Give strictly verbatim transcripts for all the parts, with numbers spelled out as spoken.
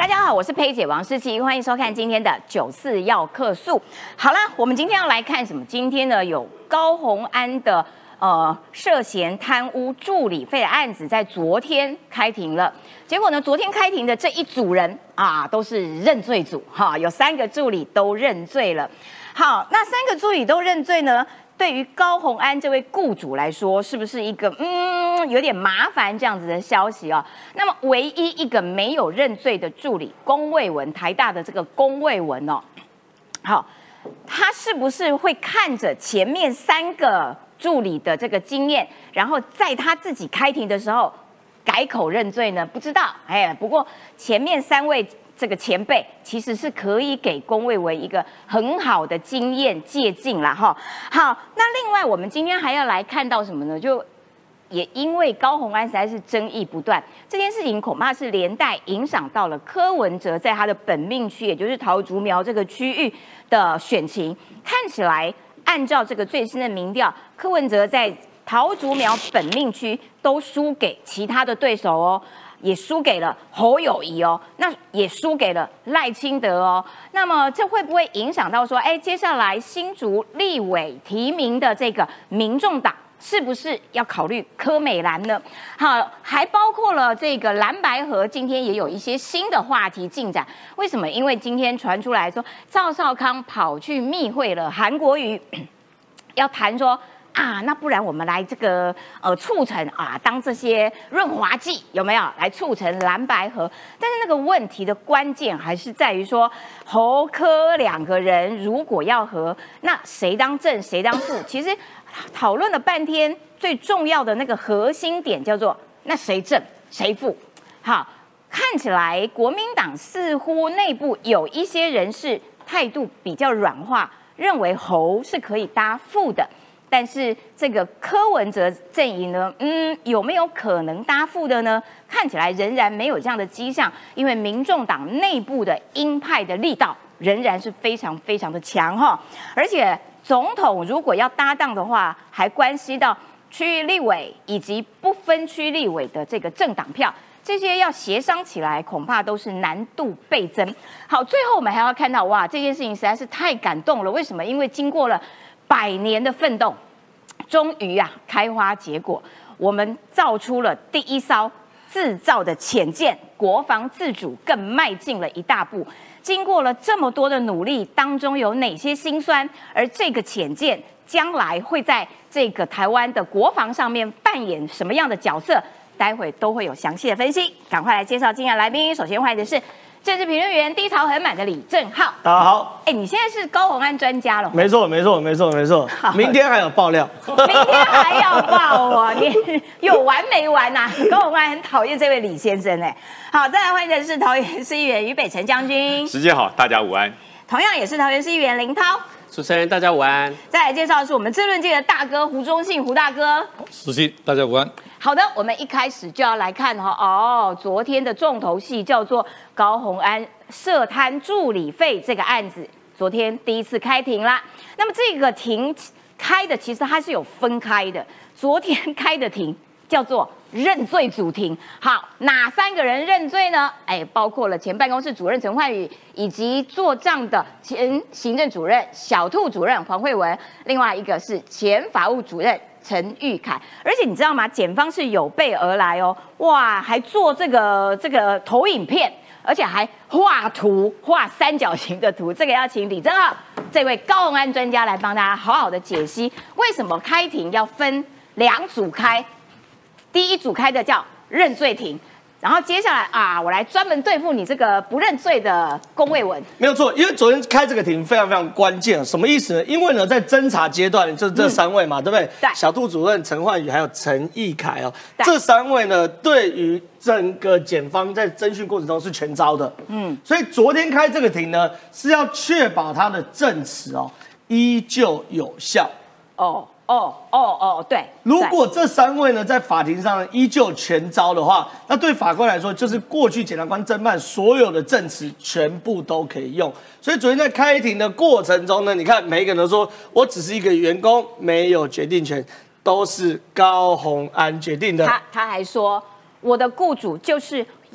大家好，我是佩姐王诗琪，欢迎收看今天的九四要客诉。好啦，我们今天要来看什么？今天呢有高虹安的呃涉嫌贪污助理费的案子，在昨天开庭了。结果呢，昨天开庭的这一组人啊，都是认罪组哈，有三个助理都认罪了。好，那三个助理都认罪呢？对于高虹安这位雇主来说，是不是一个嗯有点麻烦这样子的消息哦？那么唯一一个没有认罪的助理龚卫文，台大的这个龚卫文哦，好，他是不是会看着前面三个助理的这个经验，然后在他自己开庭的时候改口认罪呢？不知道，哎，不过前面三位这个前辈其实是可以给龚卫文一个很好的经验借鉴啦，哈。好，那另外我们今天还要来看到什么呢？就也因为高虹安实在是争议不断，这件事情恐怕是连带影响到了柯文哲在他的本命区，也就是桃竹苗这个区域的选情。看起来按照这个最新的民调，柯文哲在桃竹苗本命区都输给其他的对手哦。也输给了侯友宜哦，那也输给了赖清德哦。那么这会不会影响到说，哎，接下来新竹立委提名的这个民众党是不是要考虑柯美兰呢？好，还包括了这个蓝白合，今天也有一些新的话题进展。为什么？因为今天传出来说，赵少康跑去密会了韩国瑜，要谈说。啊，那不然我们来这个呃促成啊，当这些润滑剂有没有来促成蓝白合？但是那个问题的关键还是在于说，侯柯两个人如果要合，那谁当正谁当副？其实讨论了半天，最重要的那个核心点叫做那谁正谁副？好，看起来国民党似乎内部有一些人士态度比较软化，认为侯是可以搭副的。但是这个柯文哲阵营呢，嗯，有没有可能搭副的呢？看起来仍然没有这样的迹象，因为民众党内部的鹰派的力道仍然是非常非常的强哈。而且总统如果要搭档的话，还关系到区域立委以及不分区立委的这个政党票，这些要协商起来，恐怕都是难度倍增。好，最后我们还要看到，哇，这件事情实在是太感动了。为什么？因为经过了百年的奋斗，终于啊开花结果，我们造出了第一艘自造的潜舰，国防自主更迈进了一大步。经过了这么多的努力，当中有哪些辛酸？而这个潜舰将来会在这个台湾的国防上面扮演什么样的角色？待会都会有详细的分析。赶快来介绍今天的来宾，首先欢迎的是政治评论员低潮很满的李正浩。 大家好， 哎，你现在是高虹安专家了？ 没错，没错，没错，没错。明天还有爆料， 明天还要爆哦，你有完没完呐、啊？高虹安很讨厌这位李先生哎。好，再来欢迎的是桃园市议员于北辰将军。 时间好，大家午安。 同样也是桃园市议员林涛。 主持人大家午安。 再来介绍的是我们政论界的大哥胡忠信胡大哥。 时期大家午安。 好的，我们一开始就要来看哈哦，昨天的重头戏叫做高虹安涉贪助理费这个案子，昨天第一次开庭啦。那么这个庭开的其实它是有分开的，昨天开的庭叫做认罪主庭。好，哪三个人认罪呢？哎，包括了前办公室主任陈焕宇，以及做账的前行政主任小兔主任黄慧文，另外一个是前法务主任陈玉凯。而且你知道吗？检方是有备而来哦，哇，还做这个这个投影片，而且还画图，画三角形的图。这个要请李正浩这位高虹安专家来帮大家好好的解析，为什么开庭要分两组开。第一组开的叫认罪庭，然后接下来啊，我来专门对付你这个不认罪的龚卫文。 没有错，因为昨天开这个庭非常非常关键，什么意思呢？因为呢，在侦查阶段，就这三位嘛，嗯、对不对？ 对。 小杜主任陈焕宇还有陈义凯哦，这三位呢，对于整个检方在侦讯过程中是全招的。嗯。所以昨天开这个庭呢，是要确保他的证词哦依旧有效。 哦。哦哦哦，对。 如果这三位呢在法庭上依旧全招的话，那对法官来说，就是过去检察官侦办所有的证词全部都可以用。所以昨天在开庭的过程中呢，你看每一个人都说我只是一个员工，没有决定权，都是高虹安决定的。 他他还说，我的雇主就是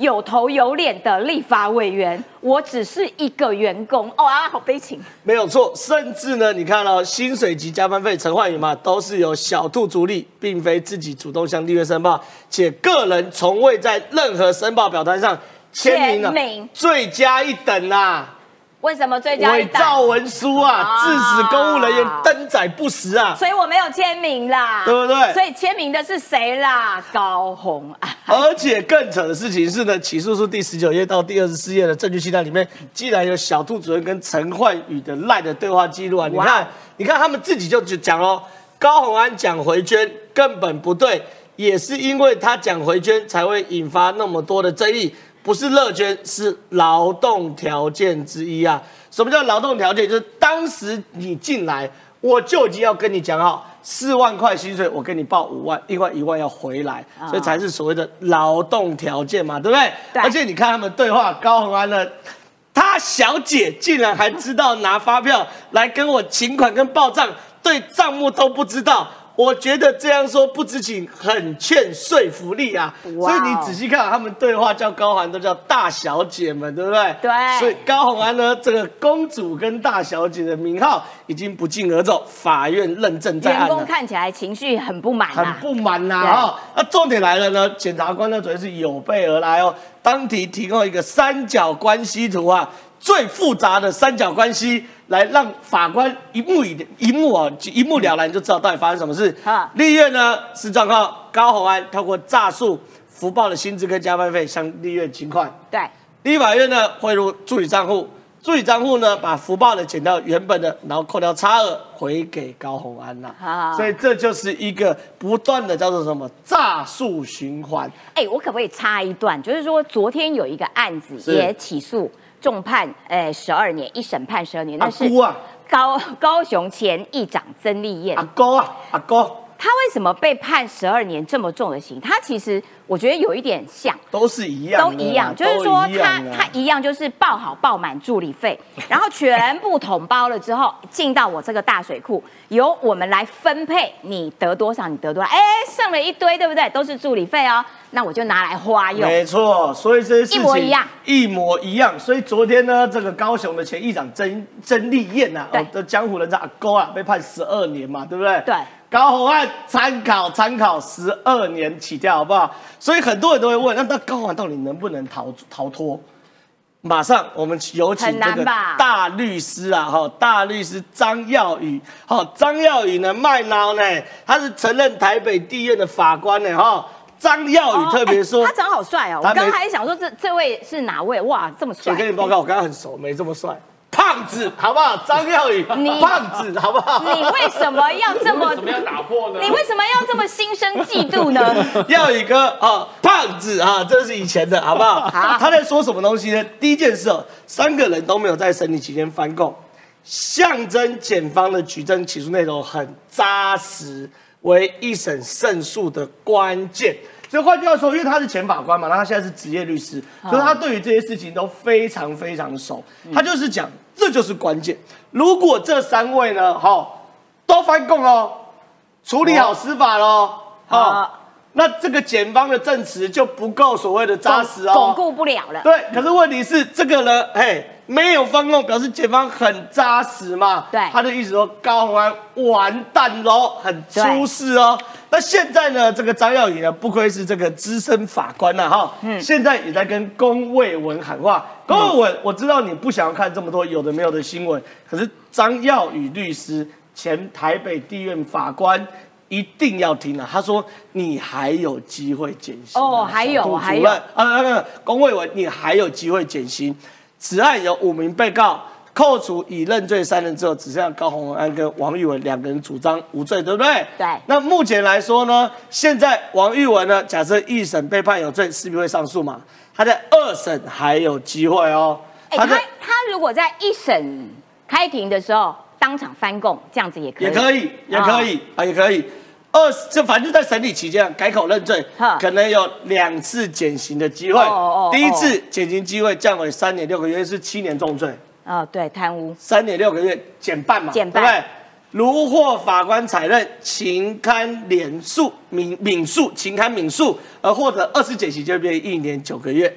有头有脸的立法委员，我只是一个员工。哦啊，好悲情。 没有错，甚至呢，你看到、哦、薪水及加班费、陈焕宇嘛，都是由小兔主力，并非自己主动向立院申报，且个人从未在任何申报表单上签名了， 名罪加一等啊！ 为什么罪加一伪等？ 造文书啊， 啊致使公务人员登载不实啊， 所以我没有签名啦， 对不对？ 所以签名的是谁啦？高虹安。 而且更扯的事情是呢，起诉书第十九页到第二十四页的证据清单里面，竟然有小兔主任跟陈焕宇的赖的对话记录啊！你看，你看他们自己就讲哦，高虹安讲回捐根本不对，也是因为他讲回捐才会引发那么多的争议。不是乐捐，是劳动条件之一啊！什么叫劳动条件？就是当时你进来，我就已经要跟你讲好，四万块薪水，我给你报五万，另外一万要回来，哦、所以才是所谓的劳动条件嘛，对不对？对。而且你看他们对话，高虹安呢，他小姐竟然还知道拿发票来跟我请款跟报账，对账目都不知道。我觉得这样说不知情，很欠说服力啊。所以你仔细看他们对话，叫高虹安都叫大小姐们，对不对？ 对。 所以高虹安呢，这个公主跟大小姐的名号已经不胫而走，法院认证在案了。 员工看起来情绪很不满、啊， 很不满呐、啊。哈，那重点来了呢，检察官呢昨天是有备而来哦，当庭提供一个三角关系图啊。最复杂的三角关系，来让法官一目一一目啊一目了然，就知道到底发生什么事。立院呢是状况，高虹安透过诈术福报的薪资跟加班费向立院请款。 对， 立法院呢汇入助理账户，助理账户呢把福报的减掉原本的，然后扣掉差额回给高虹安呐、啊。所以这就是一个不断的叫做什么诈术循环。 哎、欸，我可不可以插一段？就是说昨天有一个案子也起诉。重判，呃，十二年，一审判十二年，那是高高雄前议长曾丽燕。 阿哥啊，阿哥， 他为什么被判十二年这么重的刑？他其实我觉得有一点像， 都是一样， 都一样，就是说他他一样就是报好报满助理费，然后全部统包了之后进到我这个大水库，由我们来分配，你得多少你得多少，哎，剩了一堆，对不对？都是助理费哦。那我就拿来花用， 没错，所以这些事情一模一样， 一模一样。所以昨天呢，这个高雄的前议长曾曾丽燕呐、啊，哦，的江湖人称阿勾啊，被判十二年嘛，对不对？ 对。 高虹安参考参考，十二年起跳，好不好？所以很多人都会问，那那高虹安到底能不能逃逃脱？马上我们有请这个大律师啊，哈，大律师张耀宇，好，张耀宇呢卖脑呢，他是曾任台北地院的法官呢，哈。张耀宇特别说、 哦欸，他长好帅哦！我刚刚还想说这这位是哪位？哇，这么帅！ 我跟你报告，我刚刚很熟，没这么帅。胖子，好不好？张耀宇，胖子，好不好？ 你为什么要这么？ 为什么要打破呢？ 你为什么要这么心生嫉妒呢？ 耀宇哥啊、哦，胖子啊，这是以前的，好不好？好。他在说什么东西呢？第一件事哦，三个人都没有在审理期间翻供，象征检方的举证起诉内容很扎实。为一审胜诉的关键，所以换句话说，因为他是前法官嘛，那他现在是职业律师，所以他对于这些事情都非常非常熟。他就是讲，这就是关键。如果这三位呢，哈，都翻供喽，处理好司法喽，哈，那这个检方的证词就不够所谓的扎实哦， 巩固不了了。 对，可是问题是这个人，嘿。没有翻供，表示检方很扎实嘛？ 对， 他的意思说高虹安完蛋喽，很出事哦。那现在呢，这个张耀宇呢，不愧是这个资深法官呐、啊，哈，嗯，现在也在跟龚卫文喊话。龚卫文，我知道你不想要看这么多有的没有的新闻，可是张耀宇律师，前台北地院法官。一定要听啊！他说你还有机会减刑哦，还有还有啊， 那个龚卫文，你还有机会减刑。此案有五名被告，扣除已认罪三人之后，只剩下高虹安跟王玉文两个人主张无罪，对不对？ 对。 那目前来说呢，现在王玉文呢，假设一审被判有罪，势必会上诉嘛。他在二审还有机会哦。 哎、欸，他他如果在一审开庭的时候当场翻供，这样子也可以， 也可以，也可以、哦、啊，也可以。二就反正在审理期间改口认罪，可能有两次减刑的机会。哦哦哦第一次减刑机会降为三年六个月，是七年重罪。 哦，对，贪污三年六个月减半嘛， 减半， 对不对？如获法官采认情堪免诉、敏敏诉、情堪敏诉，而获得二次减刑，就会变一年九个月。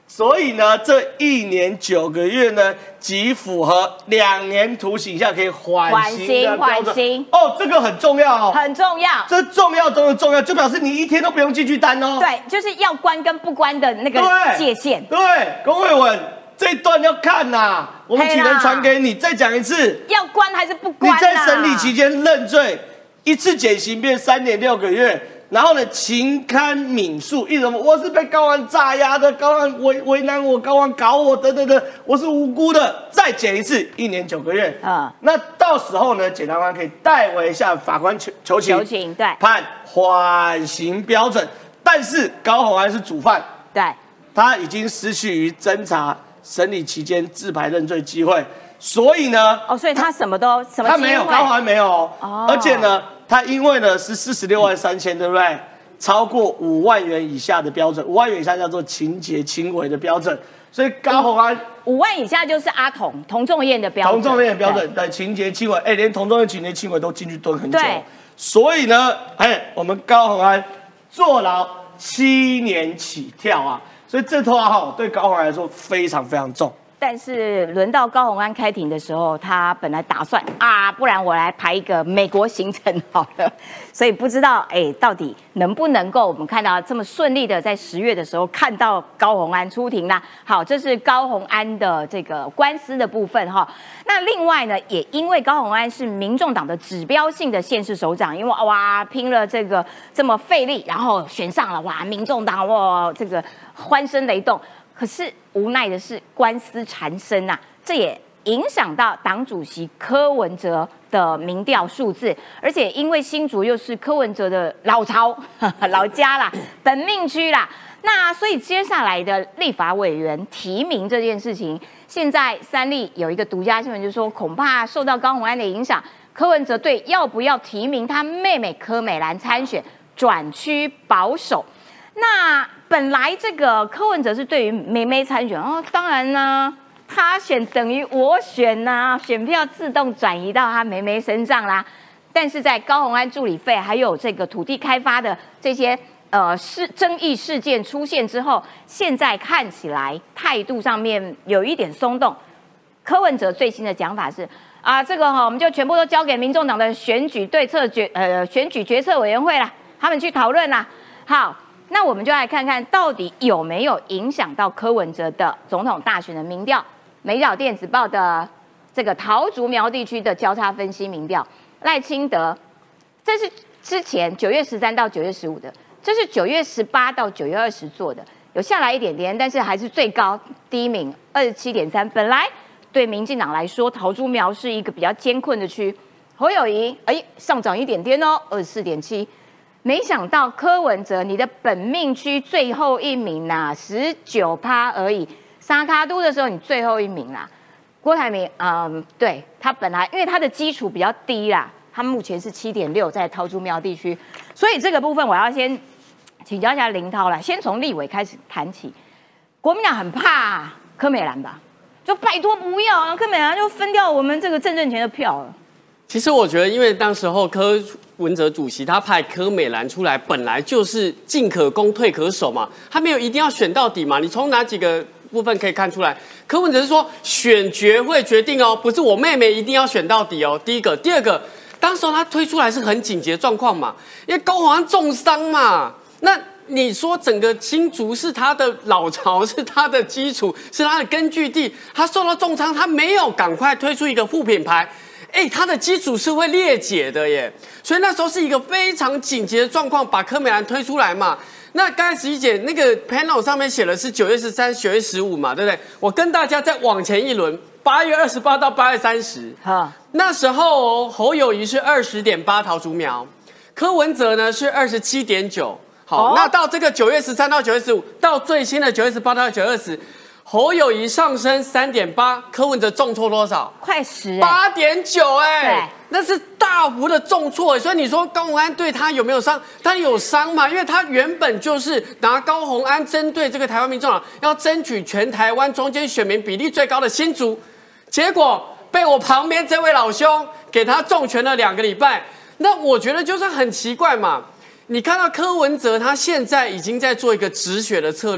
所以呢，这一年九个月呢，即符合两年徒刑以下可以缓刑的标准。哦，这个很重要哦， 很重要。这重要中的重要，就表示你一天都不用进去单哦。 对，就是要关跟不关的那个界限。 对，龚慧文这一段要看呐、啊，我们几人传给你，再讲一次。 要关还是不关、啊？ 你在审理期间认罪，一次减刑变三年六个月。然后呢，情堪悯恕，一种我是被高安炸压的，高安为为难我，高安搞我，等等等，我是无辜的，再减一次，一年九个月。啊、嗯，那到时候呢，检察官可以代为向法官求求情， 求情对， 判缓刑标准。但是高虹安是主犯， 对， 他已经失去于侦查审理期间自排认罪机会，所以呢， 哦，所以他什么都什么他没有，高虹安没有哦，而且呢。他因为呢是四十六万三千，对不对？超过五万元以下的标准，五万元以下叫做情节轻微的标准，所以高虹安五万以下就是阿童童仲彦的标准， 童仲彦的标准对情节轻微，哎，连童仲彦情节轻微都进去蹲很久，所以呢，哎，我们高虹安坐牢七年起跳啊，所以这套哈对高虹安来说非常非常重。 但是轮到高虹安开庭的时候，他本来打算啊，不然我来排一个美国行程好了，所以不知道哎，到底能不能够我们看到这么顺利的在十月的时候看到高虹安出庭啦。好，这是高虹安的这个官司的部分哈。那另外呢，也因为高虹安是民众党的指标性的县市首长，因为哇拼了这个这么费力，然后选上了，哇，民众党哇这个欢声雷动。可是无奈的是，官司缠身呐、啊，这也影响到党主席柯文哲的民调数字，而且因为新竹又是柯文哲的老巢、老家啦、本命区啦，那所以接下来的立法委员提名这件事情，现在三立有一个独家新闻，就是说恐怕受到高虹安的影响，柯文哲对要不要提名他妹妹柯美兰参选转趋保守。那本来这个柯文哲是对于妹妹参选哦，当然呢，他选等于我选呐、啊，选票自动转移到他妹妹身上啦。但是在高虹安助理费还有这个土地开发的这些呃事争议事件出现之后，现在看起来态度上面有一点松动。柯文哲最新的讲法是啊，这个哈、哦、我们就全部都交给民众党的选举对策决呃选举决策委员会啦，他们去讨论啦。好。那我们就来看看到底有没有影响到柯文哲的总统大选的民调。美角电子报的这个桃竹苗地区的交叉分析民调，赖清德，这是之前九月十三到九月十五的，这是九月十八到九月二十做的，有下来一点点，但是还是最高第一名二十七点三。本来对民进党来说，桃竹苗是一个比较艰困的区，侯友宜哎上涨一点点哦，二十四点七。没想到柯文哲，你的本命区最后一名呐、啊，十九趴而已。沙卡都的时候，你最后一名啦。郭台铭，嗯，对他本来因为他的基础比较低啦，他目前是七点六，在桃竹苗地区，所以这个部分我要先请教一下林涛啦，先从立委开始谈起。国民党很怕柯美兰吧？就拜托不要，柯美兰就分掉我们这个郑正前的票了。 其实我觉得，因为当时候柯文哲主席他派柯美兰出来，本来就是进可攻退可守嘛，他没有一定要选到底嘛。你从哪几个部分可以看出来？柯文哲是说选决会决定哦，不是我妹妹一定要选到底哦。第一个，第二个，当时候他推出来是很紧急的状况嘛，因为高虹安重伤嘛，那你说整个新竹是他的老巢，是他的基础，是他的根据地，他受到重伤，他没有赶快推出一个副品牌。哎，它的基础是会裂解的耶，所以那时候是一个非常紧急的状况，把柯美兰推出来嘛。那刚才十一姐那个 panel 上面写的是九月十三、九月十五嘛，对不对？我跟大家再往前一轮，八月二十八到八月三十，哈，那时候侯友宜是二十点八桃竹苗，柯文哲呢是二十七点九。好，哦、那到这个九月十三到九月十五，到最新的九月十八到九月二十。侯友宜上升三点八，柯文哲重挫多少？ 快十， 八点九，哎，那是大幅的重挫。所以你说高虹安对他有没有伤？他有伤嘛，因为他原本就是拿高虹安针对这个台湾民众党，要争取全台湾中间选民比例最高的新竹，结果被我旁边这位老兄给他重拳了两个礼拜。那我觉得就是很奇怪嘛。你看到柯文哲他现在已经在做一个止血的策略。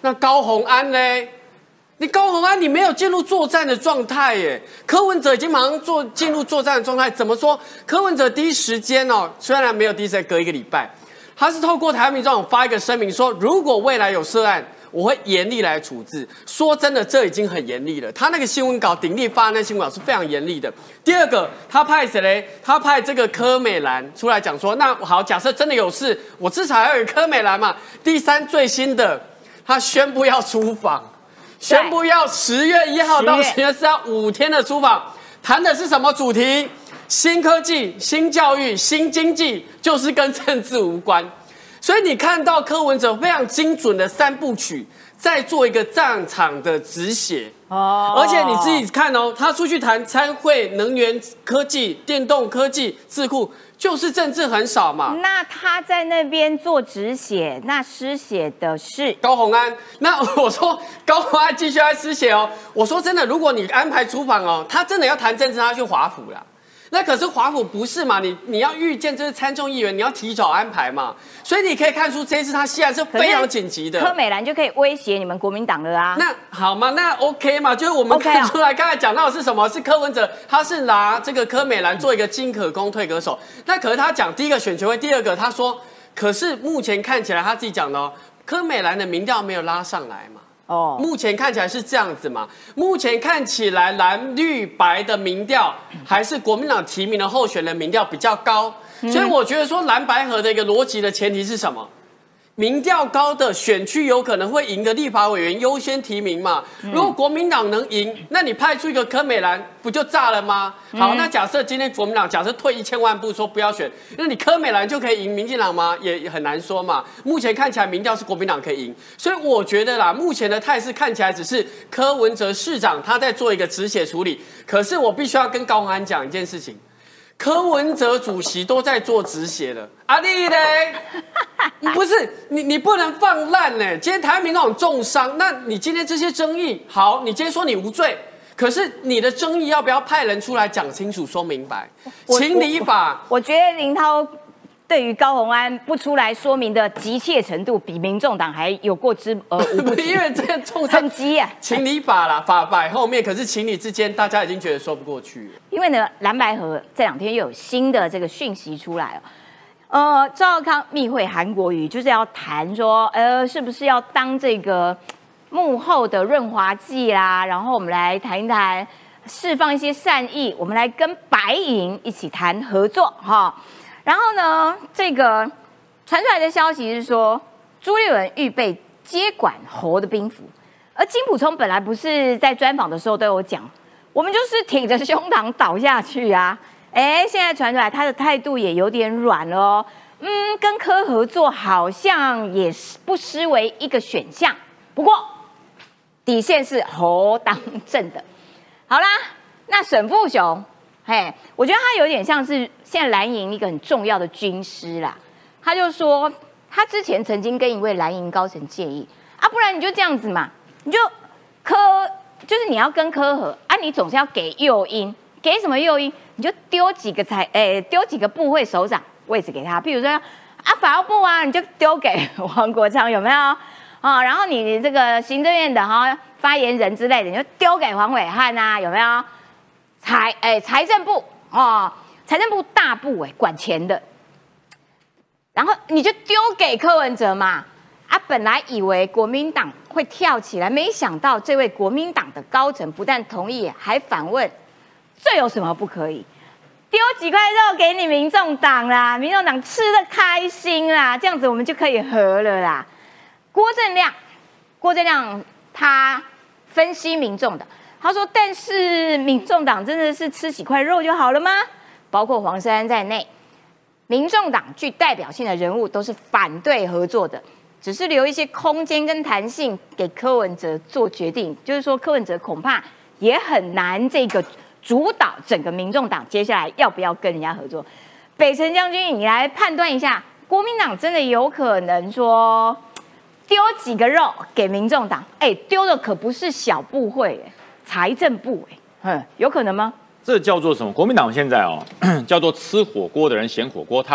那高虹安呢？你高虹安你没有进入作战的状态耶，柯文哲已经马上做进入作战的状态。怎么说？柯文哲第一时间哦，虽然没有第一时间隔一个礼拜，他是透过台湾民众党发一个声明说，如果未来有涉案，我会严厉来处置。说真的，这已经很严厉了。他那个新闻稿鼎力发的那新闻稿是非常严厉的。第二个，他派谁嘞？他派这个柯美兰出来讲说，那好，假设真的有事，我至少要有柯美兰嘛。第三，最新的，他宣布要出访。宣布要十月一号到十月四号五天的出访，谈的是什么主题？新科技、新教育、新经济，就是跟政治无关。所以你看到柯文哲非常精准的三部曲，在做一个战场的止血。哦，而且你自己看哦，他出去谈参会、能源科技、电动科技、智库。就是政治很少嘛， 那他在那边做止血，那失血的是高虹安。那我说高虹安继续来失血哦。我说真的，如果你安排出访哦，他真的要谈政治，他去华府啦。那可是华府不是嘛？你你要预见这是参众议员，你要提早安排嘛。所以你可以看出这一次他现在是非常紧急的。 柯美兰就可以威胁你们国民党了啊。 那好嘛，那 OK 嘛，就是我们看出来，刚才讲到的是什么？是柯文哲，他是拿这个柯美兰做一个进可攻退可守。那可是他讲第一个选权会，第二个他说，可是目前看起来他自己讲的哦，柯美兰的民调没有拉上来嘛。哦，目前看起来是这样子嘛？目前看起来蓝绿白的民调还是国民党提名的候选人民调比较高，嗯、所以我觉得说蓝白合的一个逻辑的前提是什么？民调高的选区有可能会赢的立法委员优先提名嘛？如果国民党能赢，那你派出一个柯美兰，不就炸了吗？好，那假设今天国民党假设退一千万步说不要选，那你柯美兰就可以赢民进党吗？也很难说嘛。目前看起来民调是国民党可以赢，所以我觉得啦，目前的态势看起来只是柯文哲市长他在做一个止血处理。可是我必须要跟高虹安讲一件事情。柯文哲主席都在做止血了，阿力嘞，不是你，你不能放烂呢。今天台湾民众党重伤，那你今天这些争议，好，你今天说你无罪，可是你的争议要不要派人出来讲清楚、说明白？情理法， 我觉得林涛对于高虹安不出来说明的急切程度，比民众党还有过之而无不及。 因为这样重很急啊， 情理法啦，法摆后面，可是情理之间，大家已经觉得说不过去了。 因为呢，蓝白合这两天又有新的这个讯息出来哦，呃，赵少康密会韩国瑜，就是要谈说，呃，是不是要当这个幕后的润滑剂啦？然后我们来谈一谈，释放一些善意，我们来跟白营一起谈合作哈。然后呢，这个传出来的消息是说，朱立伦预备接管侯的兵符，而金溥聪本来不是在专访的时候都有讲，我们就是挺着胸膛倒下去啊！哎，现在传出来他的态度也有点软了哦，嗯，跟柯合作好像也是不失为一个选项，不过底线是侯当政的。好啦，那沈富雄。嘿，我觉得他有点像是现在蓝营一个很重要的军师啦。他就说，他之前曾经跟一位蓝营高层建议啊，不然你就这样子嘛，你就柯，就是你要跟柯合啊，你总是要给诱因，给什么诱因？你就丢几个财，诶，丢几个部会首长位置给他，譬如说啊法务部啊，你就丢给黄国昌，有没有？啊，然后你这个行政院的哈发言人之类的，你就丢给黄伟汉啊，有没有？财哎，财政部哦，财政部大部哎，管钱的，然后你就丢给柯文哲嘛。啊，本来以为国民党会跳起来，没想到这位国民党的高层不但同意，还反问：这有什么不可以？丢几块肉给你民众党啦，民众党吃得开心啦，这样子我们就可以和了啦。郭正亮，郭正亮他分析民众的。他说：“但是民众党真的是吃几块肉就好了吗？包括黄珊珊在内，民众党具代表性的人物都是反对合作的，只是留一些空间跟弹性给柯文哲做决定。就是说，柯文哲恐怕也很难这个主导整个民众党接下来要不要跟人家合作。北辰将军，你来判断一下，国民党真的有可能说丢几个肉给民众党？哎，丢的可不是小部会哎。”财政部哎，嗯，有可能吗？ 这叫做什么？国民党现在哦，叫做吃火锅的人嫌火锅烫，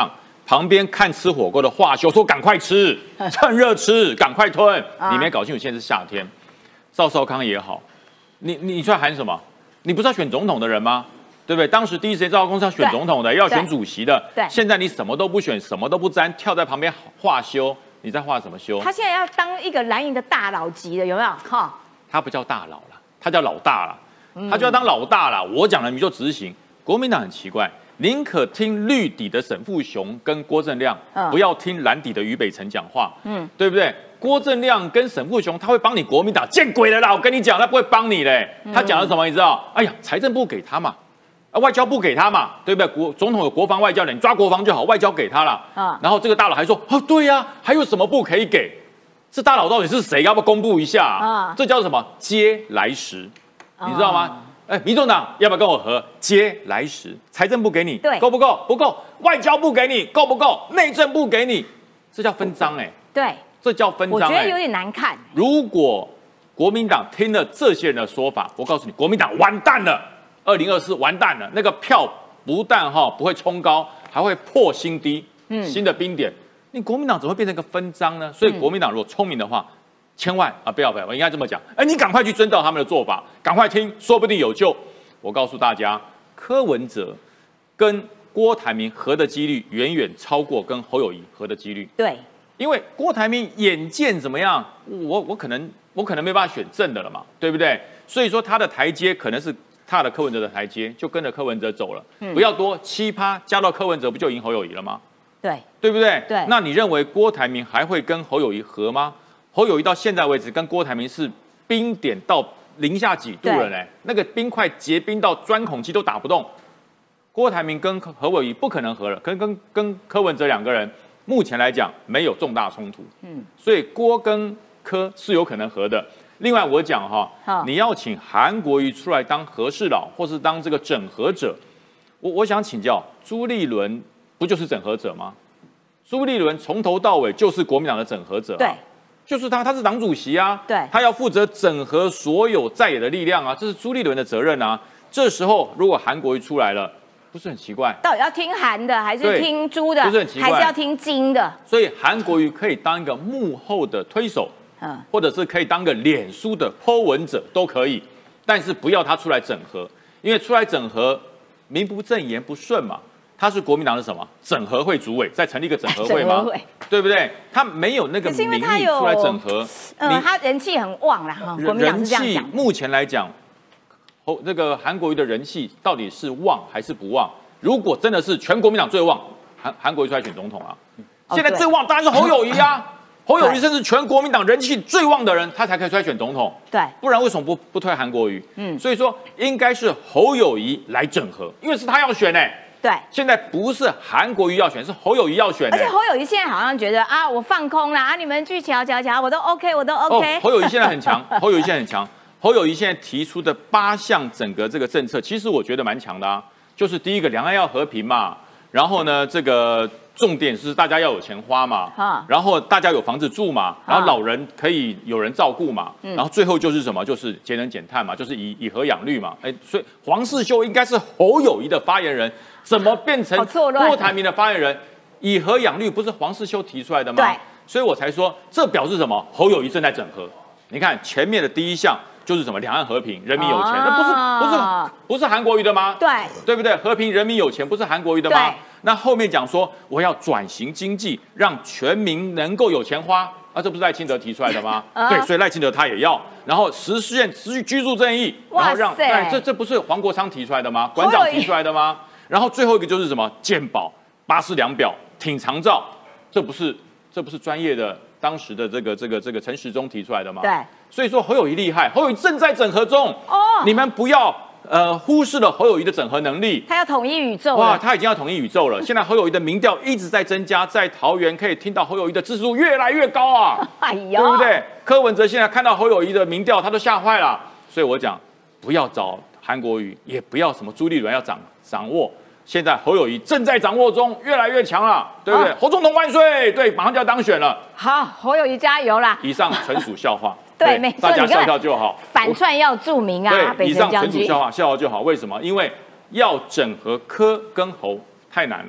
旁边看吃火锅的华修说赶快吃，趁热吃，赶快吞。你没搞清楚现在是夏天，赵少康也好，你你你出来喊什么？你不是要选总统的人吗？对不对？当时第一时间赵少康是要选总统的，要选主席的。 对， 现在你什么都不选，什么都不沾，跳在旁边画修，你在画什么修？ 他现在要当一个蓝营的大佬级的，有没有？哈， 他不叫大佬了，他叫老大了，他就要当老大了。我讲了你就执行。国民党很奇怪。宁可听绿底的沈富雄跟郭正亮，嗯、不要听蓝底的于北辰讲话，嗯，对不对？郭正亮跟沈富雄他会帮你国民党，见鬼了啦！我跟你讲，他不会帮你嘞。嗯、他讲了什么？你知道？哎呀，财政部给他嘛，啊，外交部给他嘛，对不对？国总统有国防外交的，你抓国防就好，外交给他了。啊，然后这个大佬还说，哦，对呀、啊，还有什么部可以给？这大佬到底是谁？要不要公布一下？啊，这叫什么？接来时，你知道吗？啊哎，民众党要不要跟我合？接来时，财政部给你， 对， 够不够？不够。外交部给你，够不够？内政部给你，这叫分赃哎、欸。 对， 这叫分赃、欸。 我觉得有点难看。 如果国民党听了这些人的说法，我告诉你，国民党完蛋了，二零二四完蛋了。那个票不但哈不会冲高，还会破新低，嗯，新的冰点。你国民党怎么会变成一个分赃呢？所以国民党如果聪明的话。千万啊，不要不要，我应该这么讲。哎，你赶快去遵照他们的做法，赶快听，说不定有救。我告诉大家，柯文哲跟郭台铭合的几率远远超过跟侯友宜合的几率。 对， 因为郭台铭眼见怎么样，我我可能我可能没办法选正的了嘛，对不对？所以说他的台阶可能是踏了柯文哲的台阶，就跟着柯文哲走了。嗯、不要多七趴加到柯文哲，不就赢侯友宜了吗？ 对， 对不对？ 对。 那你认为郭台铭还会跟侯友宜合吗？侯友宜到现在为止跟郭台铭是冰点到零下几度了嘞，那个冰块结冰到钻孔机都打不动。郭台铭跟侯友宜不可能合了，跟跟跟柯文哲两个人目前来讲没有重大冲突，嗯，所以郭跟柯是有可能合的。另外我讲哈，你要请韩国瑜出来当和事佬，或是当这个整合者，我我想请教朱立伦不就是整合者吗？朱立伦从头到尾就是国民党的整合者、啊， 对。 就是他，他是党主席啊， 对， 他要负责整合所有在野的力量啊，这是朱立伦的责任啊。这时候如果韩国瑜出来了，不是很奇怪？ 到底要听韩的，还是听朱的？ 不是很奇怪， 还是要听金的？ 所以韩国瑜可以当一个幕后的推手，嗯，或者是可以当个脸书的 po 文者都可以，但是不要他出来整合，因为出来整合名不正言不顺嘛。他是国民党的什么整合会主委，再成立一个整合会吗？对不对？他没有那个名义出来整合， 嗯，他人气很旺啦，哈，国民党是这样讲。 人气目前来讲，侯这个韩国瑜的人气到底是旺还是不旺？如果真的是全国民党最旺，韩韩国瑜出来选总统啊，现在最旺当然是侯友宜啊，侯友宜甚至全国民党人气最旺的人，他才可以出来选总统。 对， 不然为什么不不推韩国瑜？嗯，所以说应该是侯友宜来整合，因为是他要选哎、欸。 对， 现在不是韩国瑜要选，是侯友宜要选、欸。 而且侯友宜现在好像觉得啊，我放空啦，啊，你们去瞧瞧瞧，我都 OK， 我都 OK。 哦，侯友宜现在很强，侯友宜现在很强。侯友宜现在提出的八项整个这个政策，其实我觉得蛮强的啊。就是第一个，两岸要和平嘛，然后呢，这个重点是大家要有钱花嘛，啊、然后大家有房子住嘛，然后老人可以有人照顾嘛，嗯、然后最后就是什么，就是节能减碳嘛，就是以以和养绿嘛。哎，所以黄世修应该是侯友宜的发言人。怎么变成郭台铭的发言人？以和养绿不是黄世修提出来的吗？ 对， 所以我才说这表示什么？侯友宜正在整合。你看前面的第一项就是什么？两岸和平，人民有钱，那、哦、不是不是不是韩国瑜的吗？ 对， 对不对？和平，人民有钱，不是韩国瑜的吗？那后面讲说我要转型经济，让全民能够有钱花。啊，这不是赖清德提出来的吗？啊、对，所以赖清德他也要，然后实现居居住正义，然后让，对，这这不是黄国昌提出来的吗？馆长提出来的吗？然后最后一个就是什么健保、巴氏量表、挺长照，这不是这不是专业的当时的这个这个这个陈时中提出来的吗？ 对， 所以说侯友宜厉害，侯友宜正在整合中哦，你们不要呃忽视了侯友宜的整合能力， 他要统一宇宙哇，他已经要统一宇宙了。现在侯友宜的民调一直在增加，在桃园可以听到侯友宜的支持度越来越高啊，哎呦，对不对？柯文哲现在看到侯友宜的民调，他都吓坏了，所以我讲不要找韩国瑜，也不要什么朱立伦要掌掌握。现在侯友宜正在掌握中，越来越强了，对不对？侯总统万岁！对，马上就要当选了。 好，侯友宜加油啦！ 以上纯属笑话， 对，没错， 大家笑笑就好。 反串要注明啊， 对，以上纯属笑话，笑笑就好。为什么？因为要整合柯跟侯太难了。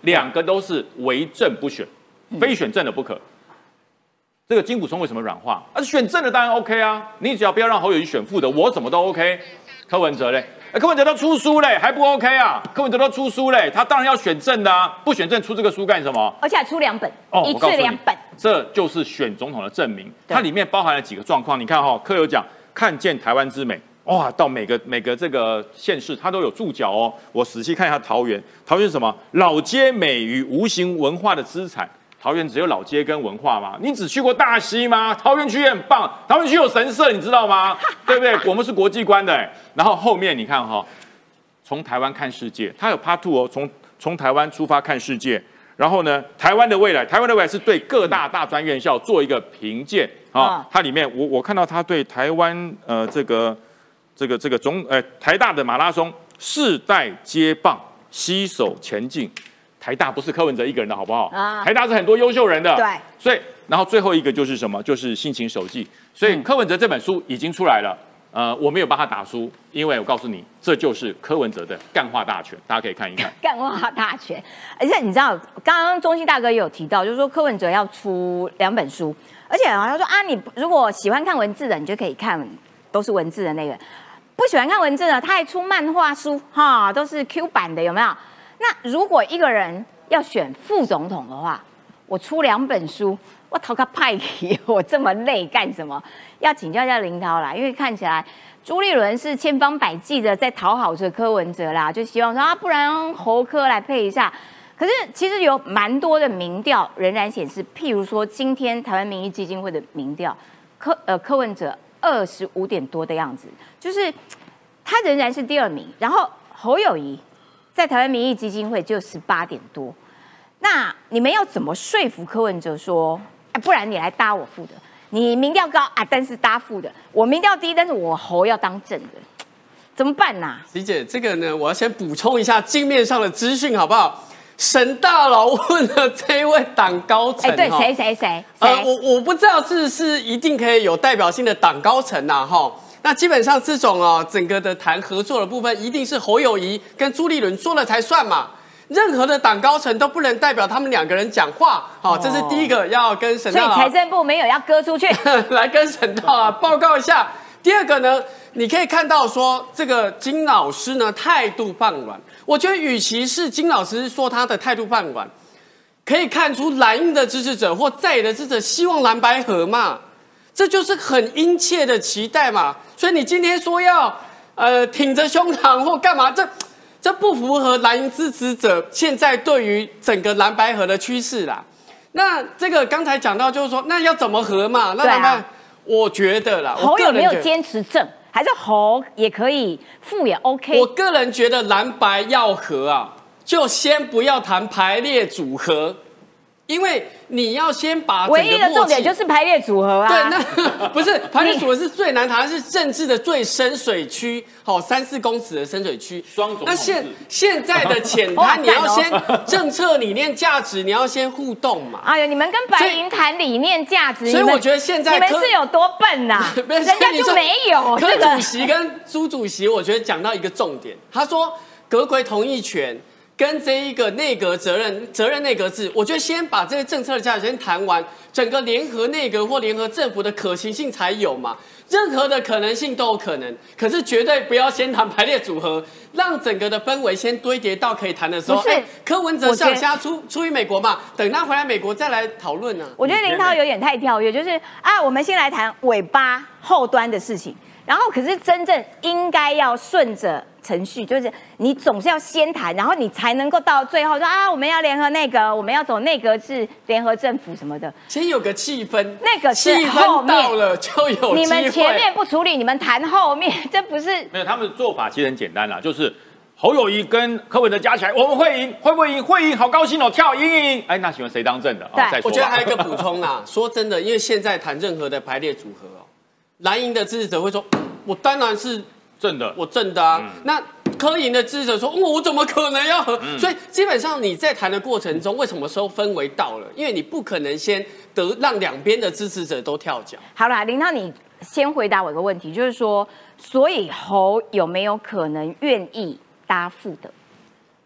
两个都是唯正不选，非选正的不可。这个金溥聪为什么软化？啊，选正的当然 OK 啊，你只要不要让侯友宜选副的，我怎么都 OK。柯文哲嘞？柯文哲都出书嘞，还不 OK 啊？柯文哲都出书嘞，他当然要选正的啊，不选正出这个书干什么？ 而且还出两本， 哦， 一次两本， 这就是选总统的证明。它里面包含了几个状况，你看哈、哦，柯有讲看见台湾之美，哇，到每个每个这个县市，它都有注脚哦。我仔细看一下桃园，桃园是什么？老街美与无形文化的资产。桃园只有老街跟文化吗？你只去过大溪吗？桃园区也很棒，桃园区有神社，你知道吗？对不对？我们是国际观的。然后后面你看哈、哦，从台湾看世界，它有 Part Two 哦，从从台湾出发看世界。然后呢，台湾的未来，台湾的未来是对各大大专院校做一个评鉴啊。它里面我我看到它对台湾呃这个这个这个总呃台大的马拉松世代接棒，携手前进。台大不是柯文哲一个人的好不好？啊，台大是很多优秀人的。 对， 所以然后最后一个就是什么？就是性情手记。所以柯文哲这本书已经出来了。呃，我没有帮他打书，因为我告诉你，这就是柯文哲的干话大全，大家可以看一看。 干话大全，而且你知道，刚刚中信大哥也有提到，就是说柯文哲要出两本书，而且他说啊，你如果喜欢看文字的，你就可以看都是文字的那个；不喜欢看文字的，他还出漫画书，哈，都是 Q 版的，有没有？那如果一个人要选副总统的话，我出两本书。我讨个派题，我这么累干什么？要请教一下林涛啦，因为看起来朱立伦是千方百计的在讨好着柯文哲啦，就希望说啊，不然侯柯来配一下。可是其实有蛮多的民调仍然显示，譬如说今天台湾民意基金会的民调，柯呃柯文哲二十五点多的样子，就是他仍然是第二名，然后侯友宜在台湾民意基金会就十八点多。那你们要怎么说服柯文哲说？啊、不然你来搭我副的，你民调高啊，但是搭副的，我民调低，但是我侯要当正的，怎么办呐、啊？ 李姐，这个呢，我要先补充一下镜面上的资讯，好不好？沈大佬问了这一位党高层， 哎，对，谁谁谁？ 呃，我我不知道是是一定可以有代表性的党高层呐，哈。那基本上这种哦，整个的谈合作的部分，一定是侯友宜跟朱立伦说了才算嘛。任何的党高层都不能代表他们两个人讲话，好、哦，这是第一个要跟沈大佬， 所以财政部没有要割出去， 来跟沈大佬报告一下。第二个呢，你可以看到说这个金老师呢态度放软，我觉得与其是金老师说他的态度放软，可以看出蓝营的支持者或在野的支持者希望蓝白合嘛，这就是很殷切的期待嘛。所以你今天说要呃挺着胸膛或干嘛，这。这不符合蓝营支持者现在对于整个蓝白合的趋势啦。那这个刚才讲到，就是说，那要怎么合嘛？那蓝白，啊、我觉得啦， 侯有没有坚持正，还是侯也可以，副也 OK。 我个人觉得蓝白要合啊，就先不要谈排列组合。因为你要先把唯一的重点就是排列组合啊。 对，那不是排列组合是最难谈，是政治的最深水区，好三四公尺的深水区。 双总统制。 那现现在的浅谈，你要先政策理念价值，你要先互动嘛。 哎呦，你们跟白银谈理念价值， 所以我觉得现在你们是有多笨呐、啊？人家就没有。 柯主席跟朱主席，我觉得讲到一个重点，他说阁揆同意权。跟这一个内阁责任责任内阁制，我觉得先把这些政策的价值先谈完，整个联合内阁或联合政府的可行性才有嘛。任何的可能性都有可能，可是绝对不要先谈排列组合，让整个的氛围先堆叠到可以谈的时候。哎，柯文哲上下出出于美国嘛，等他回来美国再来讨论呢。 我觉得林涛有点太跳跃，就是啊，我们先来谈尾巴后端的事情，然后可是真正应该要顺着。程序就是你总是要先谈，然后你才能够到最后说啊，我们要联合内阁，我们要走内阁制、联合政府什么的。 先有个气氛， 那个是后面到了就有机会。 你们前面不处理，你们谈后面，这不是没有他们的做法其实很简单啦，就是侯友宜跟柯文哲加起来，我们会赢，会不会赢？会赢，好高兴哦，跳赢赢赢。哎，那请问谁当正的？ 对， 哦、再说我觉得还有一个补充啦，说真的，因为现在谈任何的排列组合哦，蓝营的支持者会说，我当然是正的， 我正的啊，嗯、那。柯营的支持者说：“哦，我怎么可能要和？”嗯、所以基本上你在谈的过程中，为什么时候氛围到了？因为你不可能先得让两边的支持者都跳脚。 好啦，林涛，你先回答我一个问题，就是说，所以侯有没有可能愿意搭副的？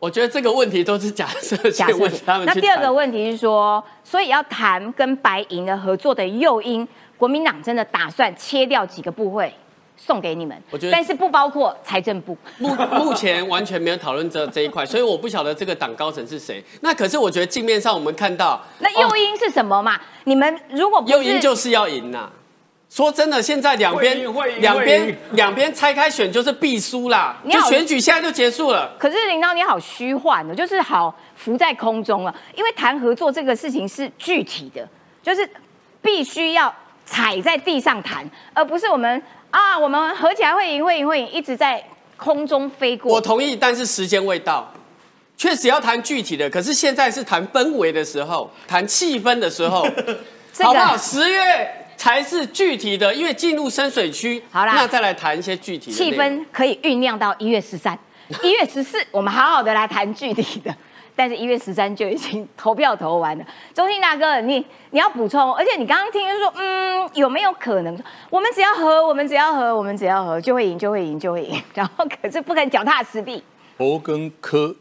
我觉得这个问题都是假设性问题，他们那第二个问题是说，所以要谈跟白银的合作的诱因，国民党真的打算切掉几个部会送给你们？我觉得，但是不包括财政部。 目目前完全没有讨论这这一块，所以我不晓得这个党高层是谁。那可是我觉得镜面上我们看到， 那诱因是什么嘛？哦、你们如果不诱因就是要赢呐、啊。说真的，现在两边两边两边拆开选就是必输啦，就选举现在就结束了。 可是领导你好虚幻的，就是好浮在空中了。因为谈合作这个事情是具体的，就是必须要踩在地上谈，而不是我们啊，我们合起来会赢会赢会赢，一直在空中飞过。 我同意，但是时间未到。确实要谈具体的，可是现在是谈氛围的时候，谈气氛的时候，这个、好不好？十月。才是具体的，因为进入深水区，好啦，那再来谈一些具体的气氛，可以酝酿到一月十三、一月十四，我们好好的来谈具体的。但是，一月十三就已经投票投完了。中信大哥，你你要补充，而且你刚刚听说，嗯，有没有可能，我们只要和，我们只要和，我们只要和，就会赢，就会赢，就会赢。然后可是不肯脚踏实地。 侯跟柯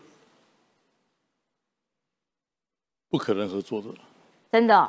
不可能合作的， 真的、哦。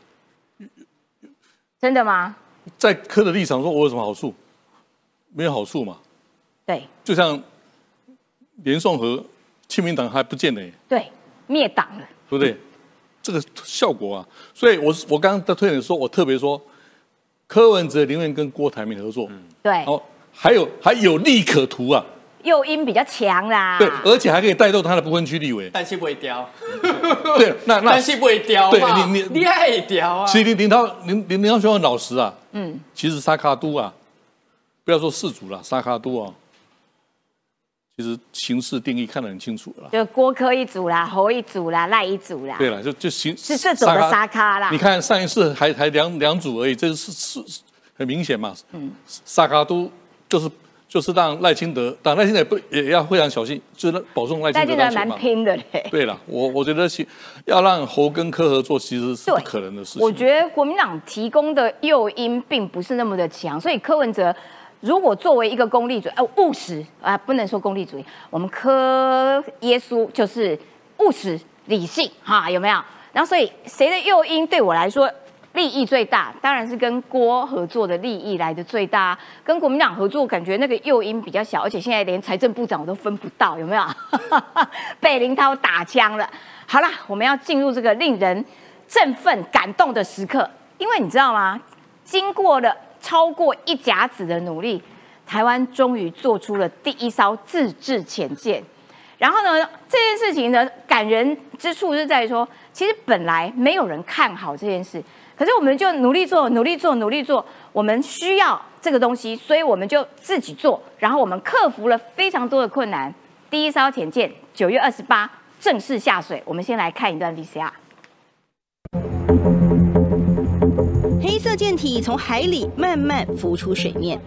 真的吗？ 在柯的立场说，我有什么好处？没有好处嘛。 对， 就像连宋和亲民党还不见了耶。 对，灭党了， 对不对？这个效果啊，所以我我刚刚在推演说，我特别说，柯文哲宁愿跟郭台铭合作，嗯、 对， 哦，还有还有利可图啊。 诱因比较强啦， 对，而且还可以带动他的不分区立委， 但是不会雕， 对，那那但是不会雕， 对你你你爱雕啊！ 其实林林涛林林林涛兄很老实啊，嗯，其实沙卡都啊，不要说世主啦，沙卡都啊，其实形式定义看得很清楚了， 就郭柯一组啦，侯一组啦，赖一组啦， 对了，就就形是这种的沙卡啦。 你看上一次还还两两组而已，这是是很明显嘛，嗯，沙卡都就是。就是让赖清德，当然赖清德也不也要非常小心，就是保重赖清德当选嘛。赖清德蛮拼的嘞。 对了，我我觉得其要让侯跟柯合作，其实是不可能的事情。 我觉得国民党提供的诱因并不是那么的强，所以柯文哲如果作为一个功利主义，呃务实啊，不能说功利主义，我们柯耶稣就是务实理性哈，有没有？然后所以谁的诱因对我来说？利益最大，当然是跟郭合作的利益来的最大。跟国民党合作，感觉那个诱因比较小，而且现在连财政部长我都分不到，有没有？被林涛打枪了。好了，我们要进入这个令人振奋、感动的时刻，因为你知道吗？经过了超过一甲子的努力，台湾终于做出了第一艘自制潜舰。然后呢，这件事情呢，感人之处是在于说，其实本来没有人看好这件事。可是我们就努力做，努力做，努力做。我们需要这个东西，所以我们就自己做。然后我们克服了非常多的困难。第一艘潜舰九月二十八正式下水。我们先来看一段 V C R。 黑色舰体从海里慢慢浮出水面。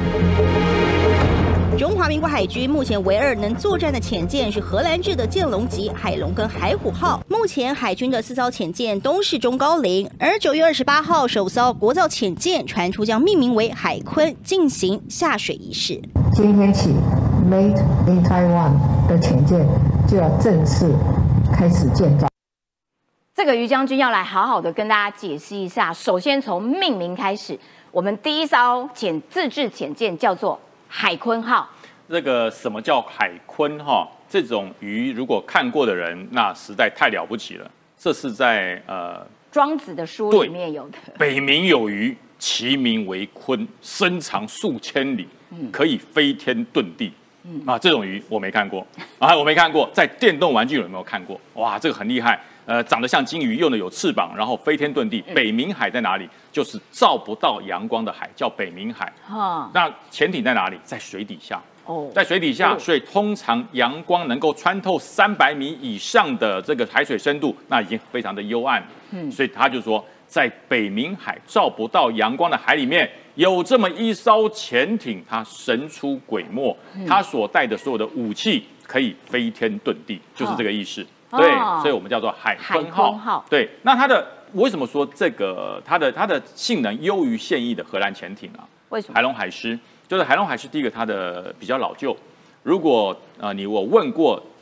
中华民国海军目前唯二能作战的潜舰是荷兰制的剑龙级海龙跟海虎号。目前海军的四艘潜舰都是中高龄，而九月二十八号首艘国造潜舰传出将命名为海鲲，进行下水仪式。 今天起 ，Made in Taiwan 的潜舰就要正式开始建造。 这个于将军要来好好的跟大家解释一下。首先从命名开始，我们第一艘潜自制潜舰叫做海鲲号。 这个什么叫海鲲哈？这种鱼如果看过的人，那实在太了不起了。这是在呃庄子的书里面有的。 北冥有鱼，其名为鲲，身长数千里，可以飞天遁地。嗯、啊，这种鱼我没看过啊，我没看过。在电动玩具有没有看过？哇，这个很厉害。呃，长得像金鱼，用的有翅膀，然后飞天遁地。嗯、北冥海在哪里？就是照不到阳光的海，叫北冥海。哦、那潜艇在哪里？在水底下。哦，在水底下，哦、所以通常阳光能够穿透三百米以上的这个海水深度，那已经非常的幽暗。嗯，所以他就说，在北冥海照不到阳光的海里面，有这么一艘潜艇，它神出鬼没，嗯、它所带的所有的武器可以飞天遁地，就是这个意思。哦、对，所以我们叫做海鲲号。号对，那它的为什么说这个它的它的性能优于现役的荷兰潜艇啊？ 为什么？ 海龙海狮。就是海龙海狮，第一个它的比较老旧。如果呃你我问过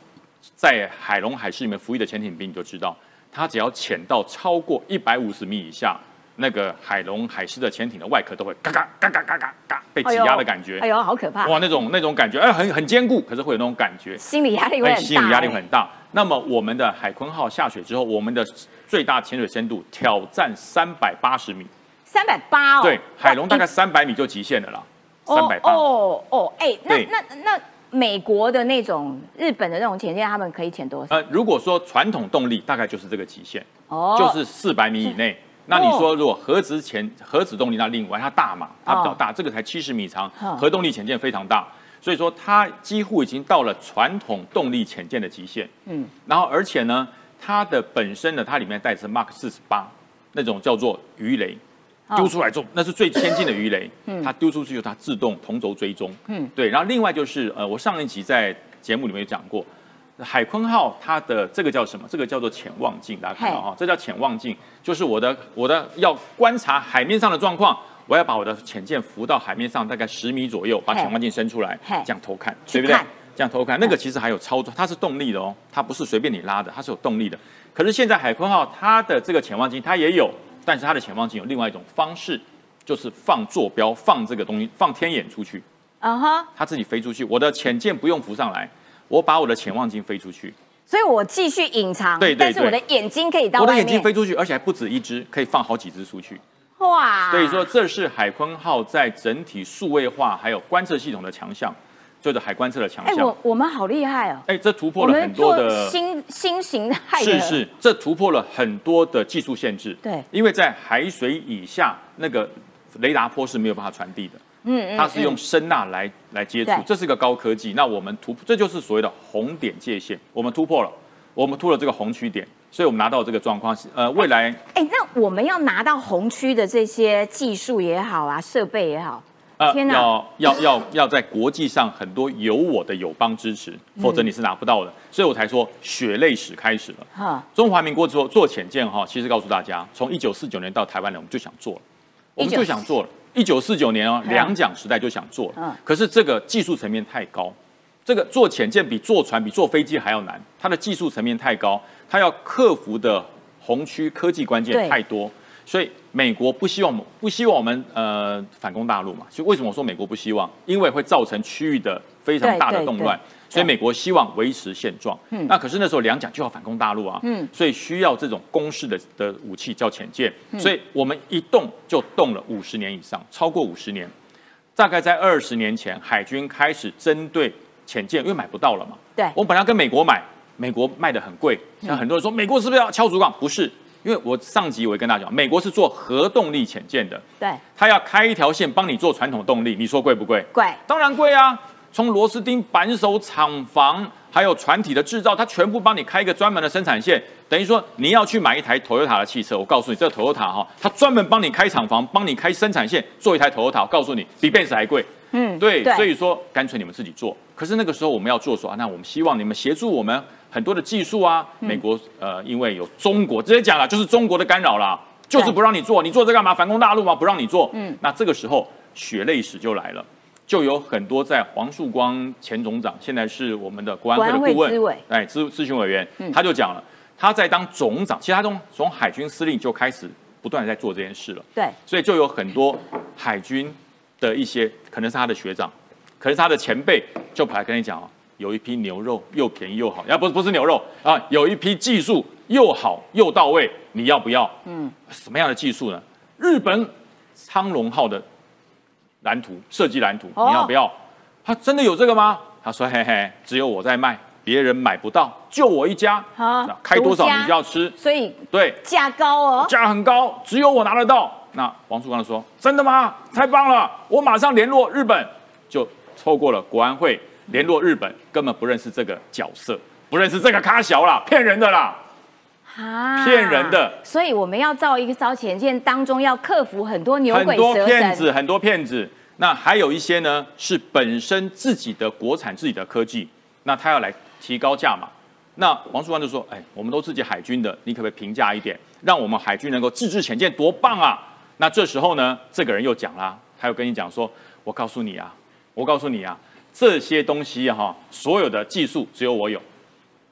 在海龙海事里面服役的潜艇兵，你就知道，它只要潜到超过一百五十米以下，那个海龙海狮的潜艇的外壳都会嘎嘎嘎嘎嘎嘎嘎被挤压的感觉。 哎呦，好可怕！ 哇，那种那种感觉，哎，很很坚固，可是会有那种感觉， 心理压力会很大、 哎，心理压力会很大。那么我们的海鲲号下水之后，我们的最大潜水深度挑战三百八十米。 三百八哦。 对，海龙大概三百米就极限了啦。三百八。 哦哦，哎、欸，那那那美国的那种、日本的那种潜舰，他们可以潜多少？ 呃，如果说传统动力，大概就是这个极限， 哦， 就是四百米以内。那你说，如果核子潜核子动力，那另外它大嘛，它比较大，哦、这个才七十米长，核动力潜舰非常大，所以说它几乎已经到了传统动力潜舰的极限。嗯，然后而且呢，它的本身呢，它里面带的是 Mark 四十八那种叫做鱼雷。丢出来之后，那是最先进的鱼雷，嗯、它丢出去就它自动同轴追踪，嗯，对。然后另外就是呃，我上一集在节目里面有讲过，海鲲号它的这个叫什么？这个叫做潜望镜，大家看到哈，这叫潜望镜，就是我的我的要观察海面上的状况，我要把我的潜舰浮到海面上大概十米左右，把潜望镜伸出来，这样偷看，对不对？这样偷看，那个其实还有操作，它是动力的哦，它不是随便你拉的，它是有动力的。可是现在海鲲号它的这个潜望镜它也有。但是它的潜望镜有另外一种方式，就是放坐标，放这个东西，放天眼出去。嗯哼，它自己飞出去，我的潜舰不用浮上来，我把我的潜望镜飞出去。 所以我继续隐藏，对对对，但是我的眼睛可以到外面。 我的眼睛飞出去，而且还不止一只，可以放好几只出去。哇！所以说这是海鲲号在整体数位化还有观测系统的强项。就是海观测的强项。 哎，我我们好厉害哦！ 哎，这突破了很多的新新型海是是，这突破了很多的技术限制。 对， 因为在海水以下，那个雷达波是没有办法传递的。嗯嗯，它是用声呐来来接触，这是个高科技。那我们突，这就是所谓的红点界限，我们突破了，我们突了这个红区点，所以我们拿到这个状况。呃，未来， 哎，那我们要拿到红区的这些技术也好啊，设备也好。呃， 要要要要在国际上很多有我的友邦支持，否则你是拿不到的。嗯、所以我才说血泪史开始了。哈，中华民国做做潜舰哈，其实告诉大家，从一九四九年到台湾人，我们就想做了，我们就想做了。一九四九年哦，两蒋时代就想做了。嗯，可是这个技术层面太高，这个做潜舰比坐船比坐飞机还要难，它的技术层面太高，它要克服的红区科技关键太多。所以美国不希望不希望我们呃反攻大陆嘛？所以为什么我说美国不希望？因为会造成区域的非常大的动乱，所以美国希望维持现状。嗯，那可是那时候两蒋就要反攻大陆啊，嗯，所以需要这种攻势的的武器叫潜舰，嗯、所以我们一动就动了五十年以上，超过五十年。大概在二十年前，海军开始针对潜舰，因为买不到了嘛， 对， 我们本来跟美国买，美国卖得很贵，像很多人说、嗯、美国是不是要敲竹杠？不是。因为我上集我也跟大家讲，美国是做核动力潜舰的， 对， 他要开一条线帮你做传统动力，你说贵不贵？ 贵， 当然贵啊！从螺丝钉、扳手、厂房，还有船体的制造，它全部帮你开一个专门的生产线，等于说你要去买一台 Toyota 的汽车，我告诉你，这个 Toyota 哈，它专门帮你开厂房，帮你开生产线，做一台 Toyota，我告诉你，比 Benz 还贵。嗯，对，对所以说干脆你们自己做。可是那个时候我们要做说，啊，那我们希望你们协助我们。很多的技术啊，美国呃，因为有中国，直接讲了，就是中国的干扰啦，就是不让你做，你做这干嘛？反攻大陆吗？不让你做。嗯，那这个时候血泪史就来了，就有很多在黄树光前总长，现在是我们的国安会的顾问，哎，咨咨询委员，嗯、他就讲了，他在当总长，其实他从从海军司令就开始不断的在做这件事了。 对， 所以就有很多海军的一些，可能是他的学长，可能是他的前辈，就跑来跟你讲哦。有一批牛肉又便宜又好，啊不是不是牛肉啊，有一批技术又好又到位，你要不要？嗯，什么样的技术呢？日本苍龙号的蓝图设计蓝图，你要不要？他真的有这个吗？他说嘿嘿，只有我在卖，别人买不到，就我一家。啊，开多少你就要吃， 所以对价高哦， 价很高，只有我拿得到。那王树光说真的吗？太棒了，我马上联络日本，就透过了国安会。联络日本根本不认识这个角色，不认识这个咖小啦，骗人的啦，啊，骗人的。 所以我们要造一个造潜舰当中要克服很多牛鬼蛇神， 很多骗子，很多骗子。那还有一些呢是本身自己的国产自己的科技，那他要来提高价码。那王树光就说：“哎，我们都自己海军的，你可不可以平价一点，让我们海军能够自制潜舰，多棒啊！”那这时候呢，这个人又讲啦，他又跟你讲说：“我告诉你啊，我告诉你啊。”这些东西哈，所有的技术只有我有，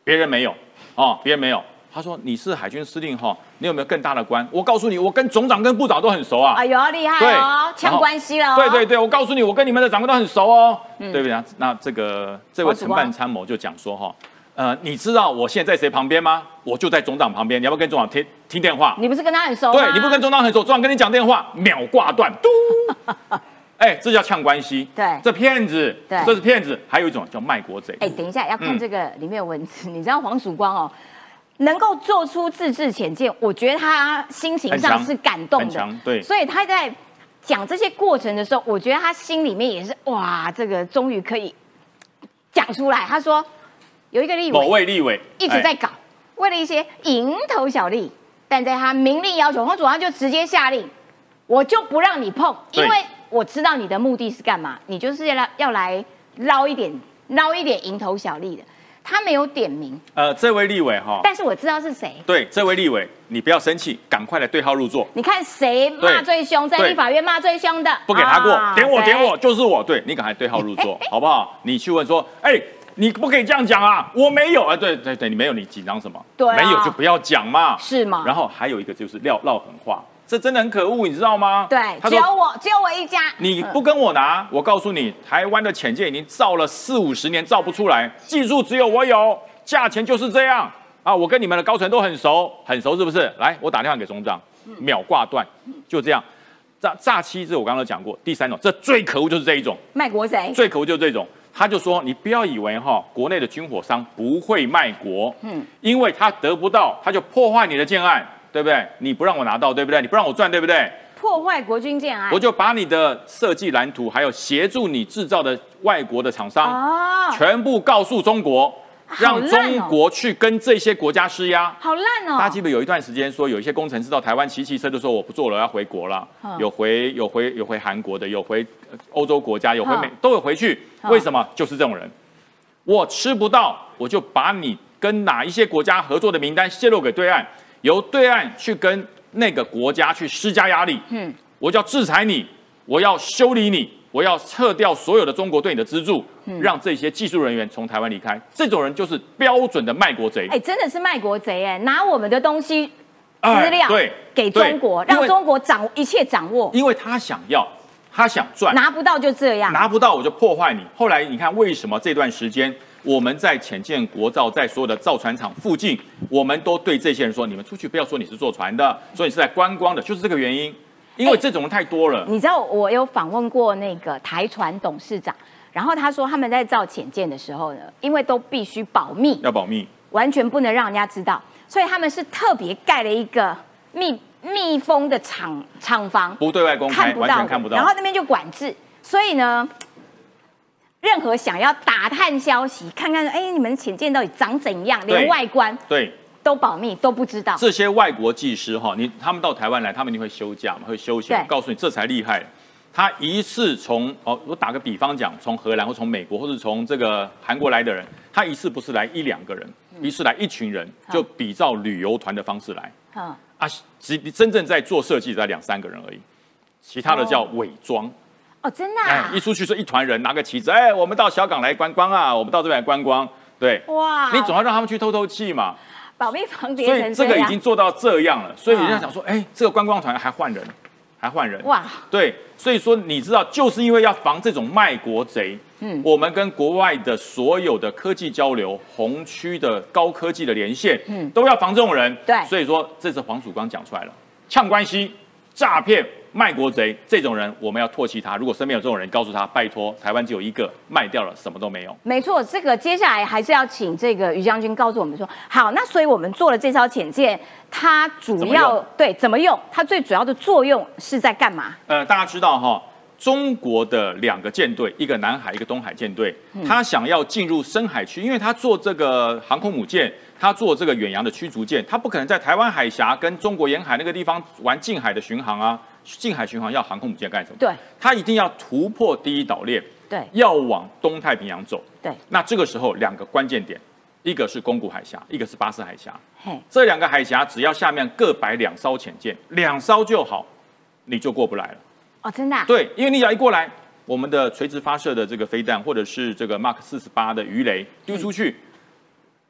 别人没有哦，别人没有。他说你是海军司令哈，你有没有更大的官？我告诉你，我跟总长跟部长都很熟啊。 哎呦，厉害哦，抢关系了、哦。 对对对，我告诉你，我跟你们的长官都很熟哦，嗯、对不对？那这个这位承办参谋就讲说哈。呃，你知道我现在在谁旁边吗？我就在总长旁边，你要不要跟总长听听电话？ 你不是跟他很熟吗？ 对，你不跟总长很熟，总长跟你讲电话，秒挂断，嘟。哎、欸，这叫呛关系。 对， 这骗子， 对， 这是骗子。还有一种叫卖国贼。 哎、欸，等一下要看这个里面有文字，嗯、你知道黄曙光哦，能够做出自制潜舰，我觉得他心情上是感动的， 对， 所以他在讲这些过程的时候，我觉得他心里面也是哇，这个终于可以讲出来。他说。有一个立委， 某位立委一直在搞，为了一些蝇头小利，但在他明令要求，黄曙光就直接下令，我就不让你碰，因为我知道你的目的是干嘛，你就是要要来捞一点捞一点蝇头小利的。他没有点名， 呃，这位立委哈， 但是我知道是谁。 对，这位立委，你不要生气，赶快来对号入座。 你看谁骂最凶，在立法院骂最凶的， 不给他过，啊、点我点我就是我，对你赶快对号入座，好不好？你去问说，哎、欸。你不可以这样讲啊！我没有啊，对对对，你没有，你紧张什么？ 对、啊， 没有就不要讲嘛， 是吗？ 然后还有一个就是撂撂狠话，这真的很可恶，你知道吗？ 对，只有我，只有我一家。 你不跟我拿，嗯、我告诉你，台湾的潜舰已经造了四五十年，造不出来，技术只有我有，价钱就是这样啊！我跟你们的高层都很熟，很熟是不是？来，我打电话给总长，秒挂断，就这样。诈诈欺，这我刚刚讲过。第三种，这最可恶就是这一种， 卖国贼。 最可恶就是这种。他就说：“你不要以为哈，国内的军火商不会卖国，嗯，因为他得不到，他就破坏你的建案，对不对？你不让我拿到，对不对？你不让我赚，对不对？ 破坏国军建案， 我就把你的设计蓝图，还有协助你制造的外国的厂商，哦、全部告诉中国，让中国去跟这些国家施压。 好烂哦！ 大家记得有一段时间说，有一些工程师到台湾骑汽车，就说我不做了，要回国了。嗯、有回有回有回韩国的，有回欧洲国家，有回美、嗯、都有回去。为什么？就是这种人。”我吃不到，我就把你跟哪一些国家合作的名单泄露给对岸，由对岸去跟那个国家去施加压力。嗯，我就要制裁你，我要修理你，我要撤掉所有的中国对你的资助，嗯、让这些技术人员从台湾离开。这种人就是标准的卖国贼。 哎，真的是卖国贼哎，拿我们的东西资料、哎、 对给中国，让中国掌一切掌握， 因为他想要。他想赚， 拿不到就这样， 拿不到我就破坏你。后来你看，为什么这段时间我们在潜舰国造，在所有的造船厂附近，我们都对这些人说：你们出去不要说你是坐船的，说你是在观光的，就是这个原因。因为这种人太多了。欸、 你知道，我有访问过那个台船董事长，然后他说他们在造潜舰的时候呢，因为都必须保密， 要保密， 完全不能让人家知道，所以他们是特别盖了一个密。密封的厂厂房不对外公开，完全看不到， 然后那边就管制，所以呢，任何想要打探消息，看看哎你们潜舰到底长怎样，连外观对都保密，都不知道。 这些外国技师哈，你他们到台湾来，他们一定会休假嘛，会休息。告诉你，这才厉害。他一次从哦，我打个比方讲，从荷兰或从美国或者从这个韩国来的人，他一次不是来一两个人，嗯、一次来一群人，就比照旅游团的方式来。嗯。啊，只真正在做设计才两三个人而已，其他的叫伪装。 哦，真的、啊？ 哎，一出去是一团人拿个旗子，哎，我们到小港来观光啊，我们到这边来观光。对，哇，你总要让他们去透透气嘛。 保密防谍， 所以这个已经做到这样了，所以人家想说，哎、欸，这个观光团还换人，还换人。哇，对，所以说你知道，就是因为要防这种卖国贼。嗯，我们跟国外的所有的科技交流、红区的高科技的连线，嗯，都要防这种人。 对， 所以说这是黄曙光讲出来了，呛关系、诈骗、卖国贼这种人，我们要唾弃他。如果身边有这种人，告诉他，拜托，台湾只有一个，卖掉了什么都没有。 没错，这个接下来还是要请这个于将军告诉我们说，好，那所以我们做了这艘潜舰，它主要对怎么用？它最主要的作用是在干嘛？ 呃，大家知道哈。中国的两个舰队，一个南海，一个东海舰队，他想要进入深海区，因为他做这个航空母舰，他做这个远洋的驱逐舰，他不可能在台湾海峡跟中国沿海那个地方玩近海的巡航啊。近海巡航要航空母舰干什么？ 对， 他一定要突破第一岛链， 对， 要往东太平洋走。 对， 那这个时候两个关键点，一个是宫古海峡，一个是巴士海峡。嘿，这两个海峡只要下面各摆两艘潜舰，两艘就好，你就过不来了。 哦，真的、啊？ 对，因为你只要一过来，我们的垂直发射的这个飞弹，或者是这个 Mark 四十八的鱼雷丢出去，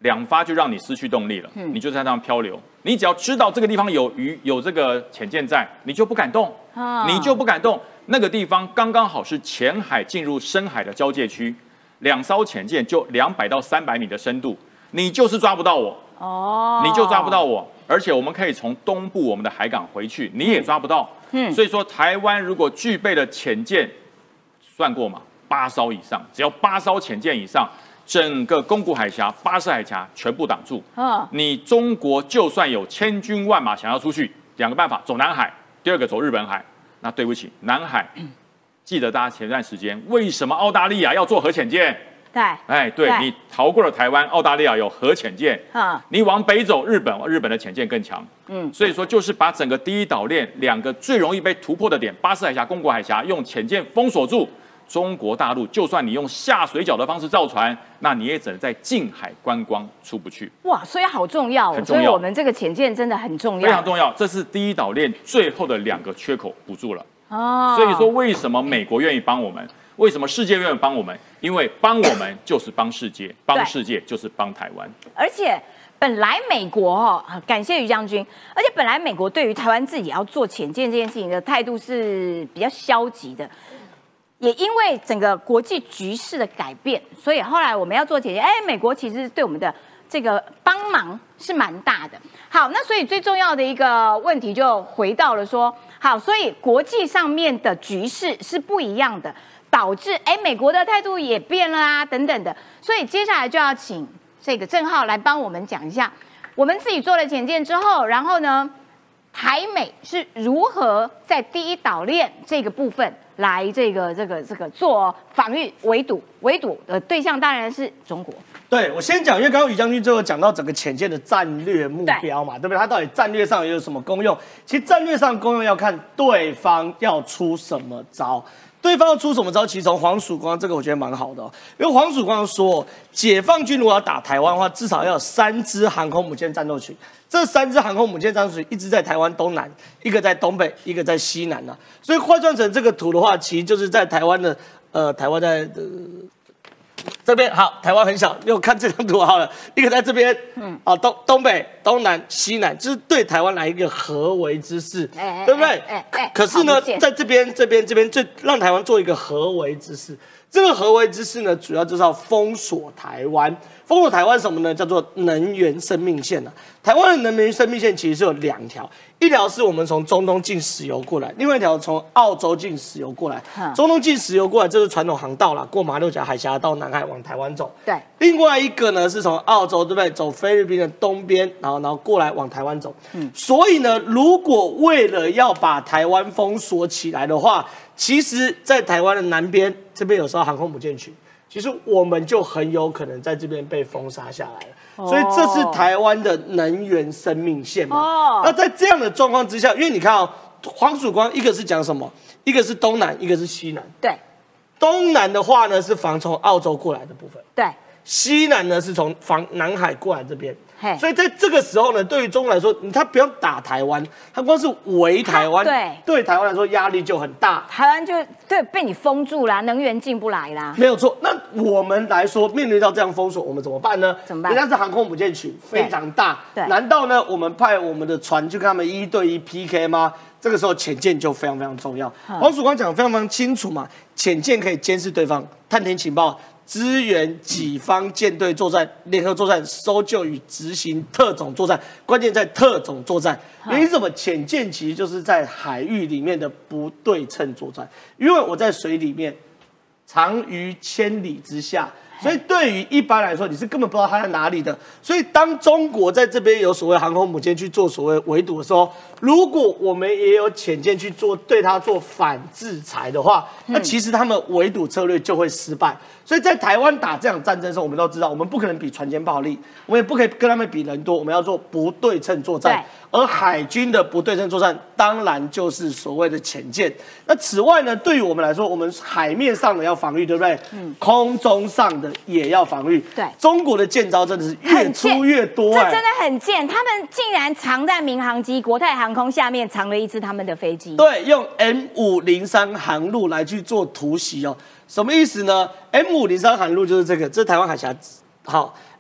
两发就让你失去动力了，嗯、你就在那上漂流。你只要知道这个地方有鱼有这个潜舰在，你就不敢动，哦、你就不敢动。那个地方刚刚好是浅海进入深海的交界区，两艘潜舰就两百到三百米的深度，你就是抓不到我，哦，你就抓不到我。而且我们可以从东部我们的海港回去，你也抓不到。嗯，所以说台湾如果具备了潜舰，算过嘛，八艘以上，只要八艘潜舰以上，整个宫古海峡、巴士海峡全部挡住。嗯，你中国就算有千军万马想要出去，两个办法：走南海，第二个走日本海。那对不起，南海，记得大家前段时间为什么澳大利亚要做核潜舰？ 对， 哎，对你逃过了台湾，澳大利亚有核潜舰，嗯，你往北走，日本，日本的潜舰更强，嗯，所以说就是把整个第一岛链两个最容易被突破的点，巴士海峡、宫古海峡，用潜舰封锁住。中国大陆，就算你用下水饺的方式造船，那你也只能在近海观光，出不去。 哇，所以好重要哦，所以我们这个潜舰真的很重要， 非常重要。这是第一岛链最后的两个缺口补住了。哦，所以说为什么美国愿意帮我们？为什么世界愿意帮我们？因为帮我们就是帮世界，帮世界就是帮台湾。 而且本来美国哦，感谢于将军，而且本来美国对于台湾自己要做潜舰这件事情的态度是比较消极的。也因为整个国际局势的改变，所以后来我们要做潜舰，哎，美国其实对我们的这个帮忙是蛮大的。好，那所以最重要的一个问题就回到了说，好，所以国际上面的局势是不一样的，导致哎美国的态度也变了啊，等等的。所以接下来就要请这个郑浩来帮我们讲一下，我们自己做了潜舰之后，然后呢，台美是如何在第一岛链这个部分。来这个这个这个做防御围堵，围堵的对象当然是中国。 对，我先讲，因为刚刚于将军最后讲到整个潜舰的战略目标嘛， 对, 对不对？它到底战略上有什么功用？其实战略上功用要看对方要出什么招。对方要出什么招？其实从黄曙光这个我觉得蛮好的、哦，因为黄曙光说，解放军如果要打台湾的话，至少要有三支航空母舰战斗群。这三支航空母舰战斗群一直在台湾东南，一个在东北，一个在西南啊。所以换算成这个图的话，其实就是在台湾的呃，台湾在呃这边好，台湾很小，你有看这张图好了，一个在这边，嗯，啊东东北、东南、西南，就是对台湾来一个合围之势，哎哎对不对？哎哎可是呢，在这边、这边、这边，最让台湾做一个合围之势。这个合围之势呢，主要就是要封锁台湾。封锁台湾什么呢？叫做能源生命线啊。台湾的能源生命线其实是有两条，一条是我们从中东进石油过来，另外一条从澳洲进石油过来。嗯、中东进石油过来，这是传统航道啦，过马六甲海峡到南海往台湾走。 对。 另外一个呢，是从澳洲对不对，走菲律宾的东边，然后然后过来往台湾走。嗯。所以呢，如果为了要把台湾封锁起来的话，其实，在台湾的南边这边有艘航空母舰群。其实我们就很有可能在这边被封杀下来了，哦、所以这是台湾的能源生命线嘛。哦、那在这样的状况之下，因为你看哦，黄曙光一个是讲什么，一个是东南，一个是西南。 对， 东南的话呢是防从澳洲过来的部分。 对， 西南呢是从防南海过来这边。所以在这个时候呢，对于中国来说，他不用打台湾，他光是围台湾， 对， 对台湾来说压力就很大。 台湾就对被你封住啦，能源进不来啦。 没有错。那我们来说，面临到这样封锁，我们怎么办呢？ 怎么办？ 人家是航空母舰群非常大，对，难道呢我们派我们的船去跟他们一对一 P K 吗？这个时候潜舰就非常非常重要。黄曙光讲得非常非常清楚嘛，潜舰可以监视对方，探听情报。支援己方舰队作战、联合作战、搜救与执行特种作战，关键在特种作战。原因是什么？潜舰其实就是在海域里面的不对称作战，因为我在水里面，长于千里之下。所以对于一般来说，你是根本不知道它在哪里的。所以当中国在这边有所谓航空母舰去做所谓围堵的时候，如果我们也有潜舰去做对它做反制裁的话，那其实他们围堵策略就会失败。所以在台湾打这场战争的时候，我们都知道，我们不可能比船坚炮利，我们也不可以跟他们比人多，我们要做不对称作战。而海军的不对称作战，当然就是所谓的潜舰。那此外呢，对于我们来说，我们海面上的要防御，对不对？嗯。空中上的也要防御。 对。 中国的舰招真的是越出越多、 欸，这真的很贱。他们竟然藏在民航机国泰航空下面藏了一支他们的飞机。 对，用 M 五零三航路来去做突袭哦。什么意思呢 ？M 五零三航路就是这个，这是台湾海峡。好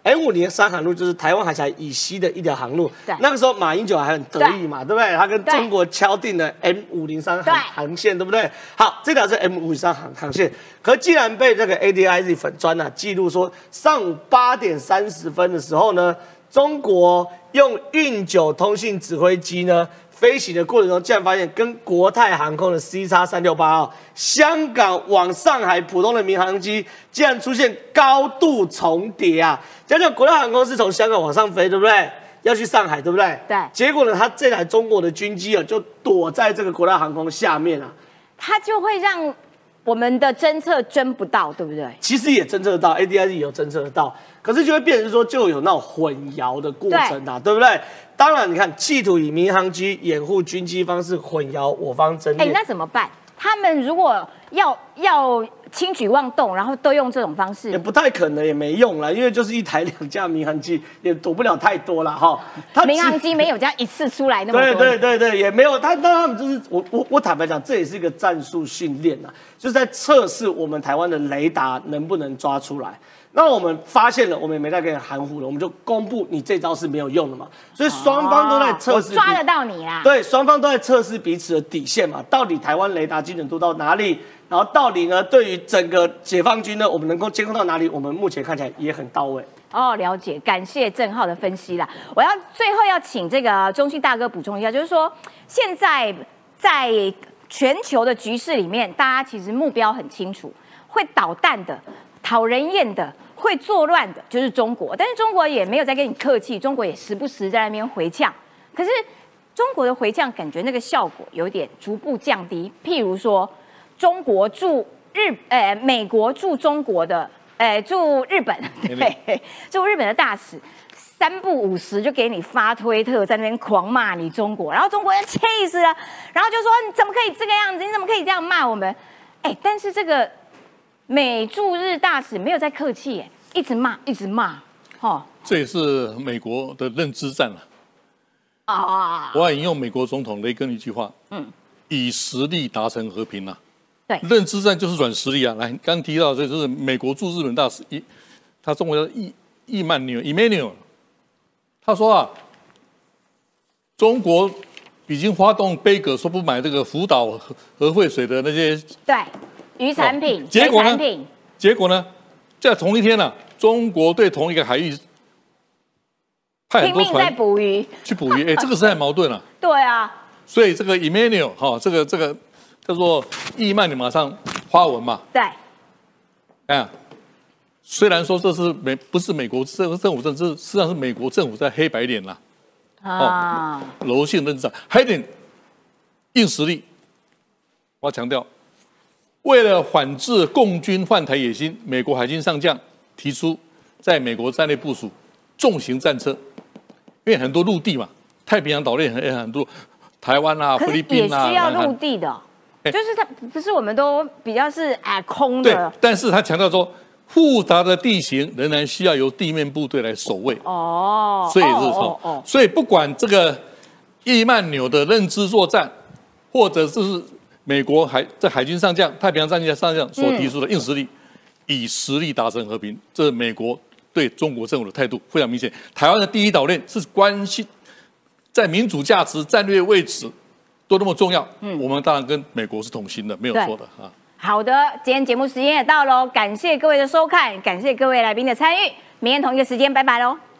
M 五零三航路就是台湾海峡以西的一条航路。 对， 那个时候马英九还很得意嘛， 对, 对不对？他跟中国敲定了 M 五零三航航线，对不对？好，这条是 M 五零三航航线。可既然被这个 A D I Z 粉专啊记录说，上午八点三十分的时候呢，中国用运九通信指挥机呢。飞行的过程中，竟然发现跟国泰航空的 C 叉三六八号香港往上海浦东的民航机，竟然出现高度重叠啊！讲讲国泰航空是从香港往上飞，对不对？要去上海，对不对？ 对。 结果呢，它这台中国的军机啊，就躲在这个国泰航空下面啊， 它就会让我们的侦测侦不到，对不对？ 其实也侦测得到 ，A D I Z 有侦测得到，可是就会变成说，就有那种混淆的过程啊， 对, 对不对？当然，你看，企图以民航机掩护军机方式混淆我方侦略。 哎，那怎么办？他们如果要要轻举妄动，然后都用这种方式， 也不太可能，也没用了，因为就是一台两架民航机，也躲不了太多了哈。 民航机没有这样一次出来那么多。 对对对对，也没有。他那他们就是我我我坦白讲，这也是一个战术训练呐，就是在测试我们台湾的雷达能不能抓出来。那我们发现了，我们也没再跟你含糊了，我们就公布你这招是没有用的嘛。所以双方都在测试、 哦，抓得到你啦。 对，双方都在测试彼此的底线嘛。到底台湾雷达精准度到哪里？然后到底呢，对于整个解放军呢，我们能够监控到哪里？我们目前看起来也很到位。 哦，了解，感谢郑浩的分析啦。我要最后要请这个中信大哥补充一下，就是说现在在全球的局势里面，大家其实目标很清楚，会捣蛋的、讨人厌的。会作乱的就是中国，但是中国也没有在跟你客气，中国也时不时在那边回呛。可是中国的回呛感觉那个效果有点逐步降低。譬如说，中国驻日呃美国驻中国的呃驻日本对驻日本的大使，三不五时就给你发推特，在那边狂骂你中国，然后中国人气死了，然后就说你怎么可以这个样子，你怎么可以这样骂我们？哎，但是这个。美驻日大使没有在客气，哎，一直骂，一直骂，哦， 这也是美国的认知战了。 啊， 我要引用美国总统雷根一句话，嗯，以实力达成和平啊。 对， 认知战就是软实力啊。来，刚提到这就是美国驻日本大使，他中国叫易易曼纽 Emmanuel， 他说啊，中国已经发动杯葛，说不买这个福岛核废水的那些对。渔产品、 哦、结果呢？ 品结果呢？在同一天呢、啊，中国对同一个海域派很多船在捕鱼， 去捕鱼，哎，这个是很矛盾了、啊。 对啊， 所以这个 Emmanuel 哈、哦，这个这个叫做易曼，你马上发文嘛。 对。 啊，虽然说这是美不是美国政政府政治，实际上是美国政府在黑白脸啦。啊。哦，柔性认知，还有一点硬实力，我要强调。为了反制共军犯台野心，美国海军上将提出在美国战略部署重型战车，因为很多陆地嘛，太平洋岛链很很多，台湾啊、菲律宾啊， 也需要陆地的，就是它不是我们都比较是啊空的。 对，但是他强调说，复杂的地形仍然需要由地面部队来守卫。哦，所以是说，哦，所以不管这个易曼纽的认知作战，或者是。美国海在海军上将、太平洋战役上将所提出的硬实力，嗯、以实力达成和平，这是美国对中国政府的态度非常明显。台湾的第一岛链是关系在民主价值、战略位置都那么重要，嗯，我们当然跟美国是同心的，没有错的啊。 好的，今天节目时间也到喽，感谢各位的收看，感谢各位来宾的参与，明天同一个时间，拜拜喽。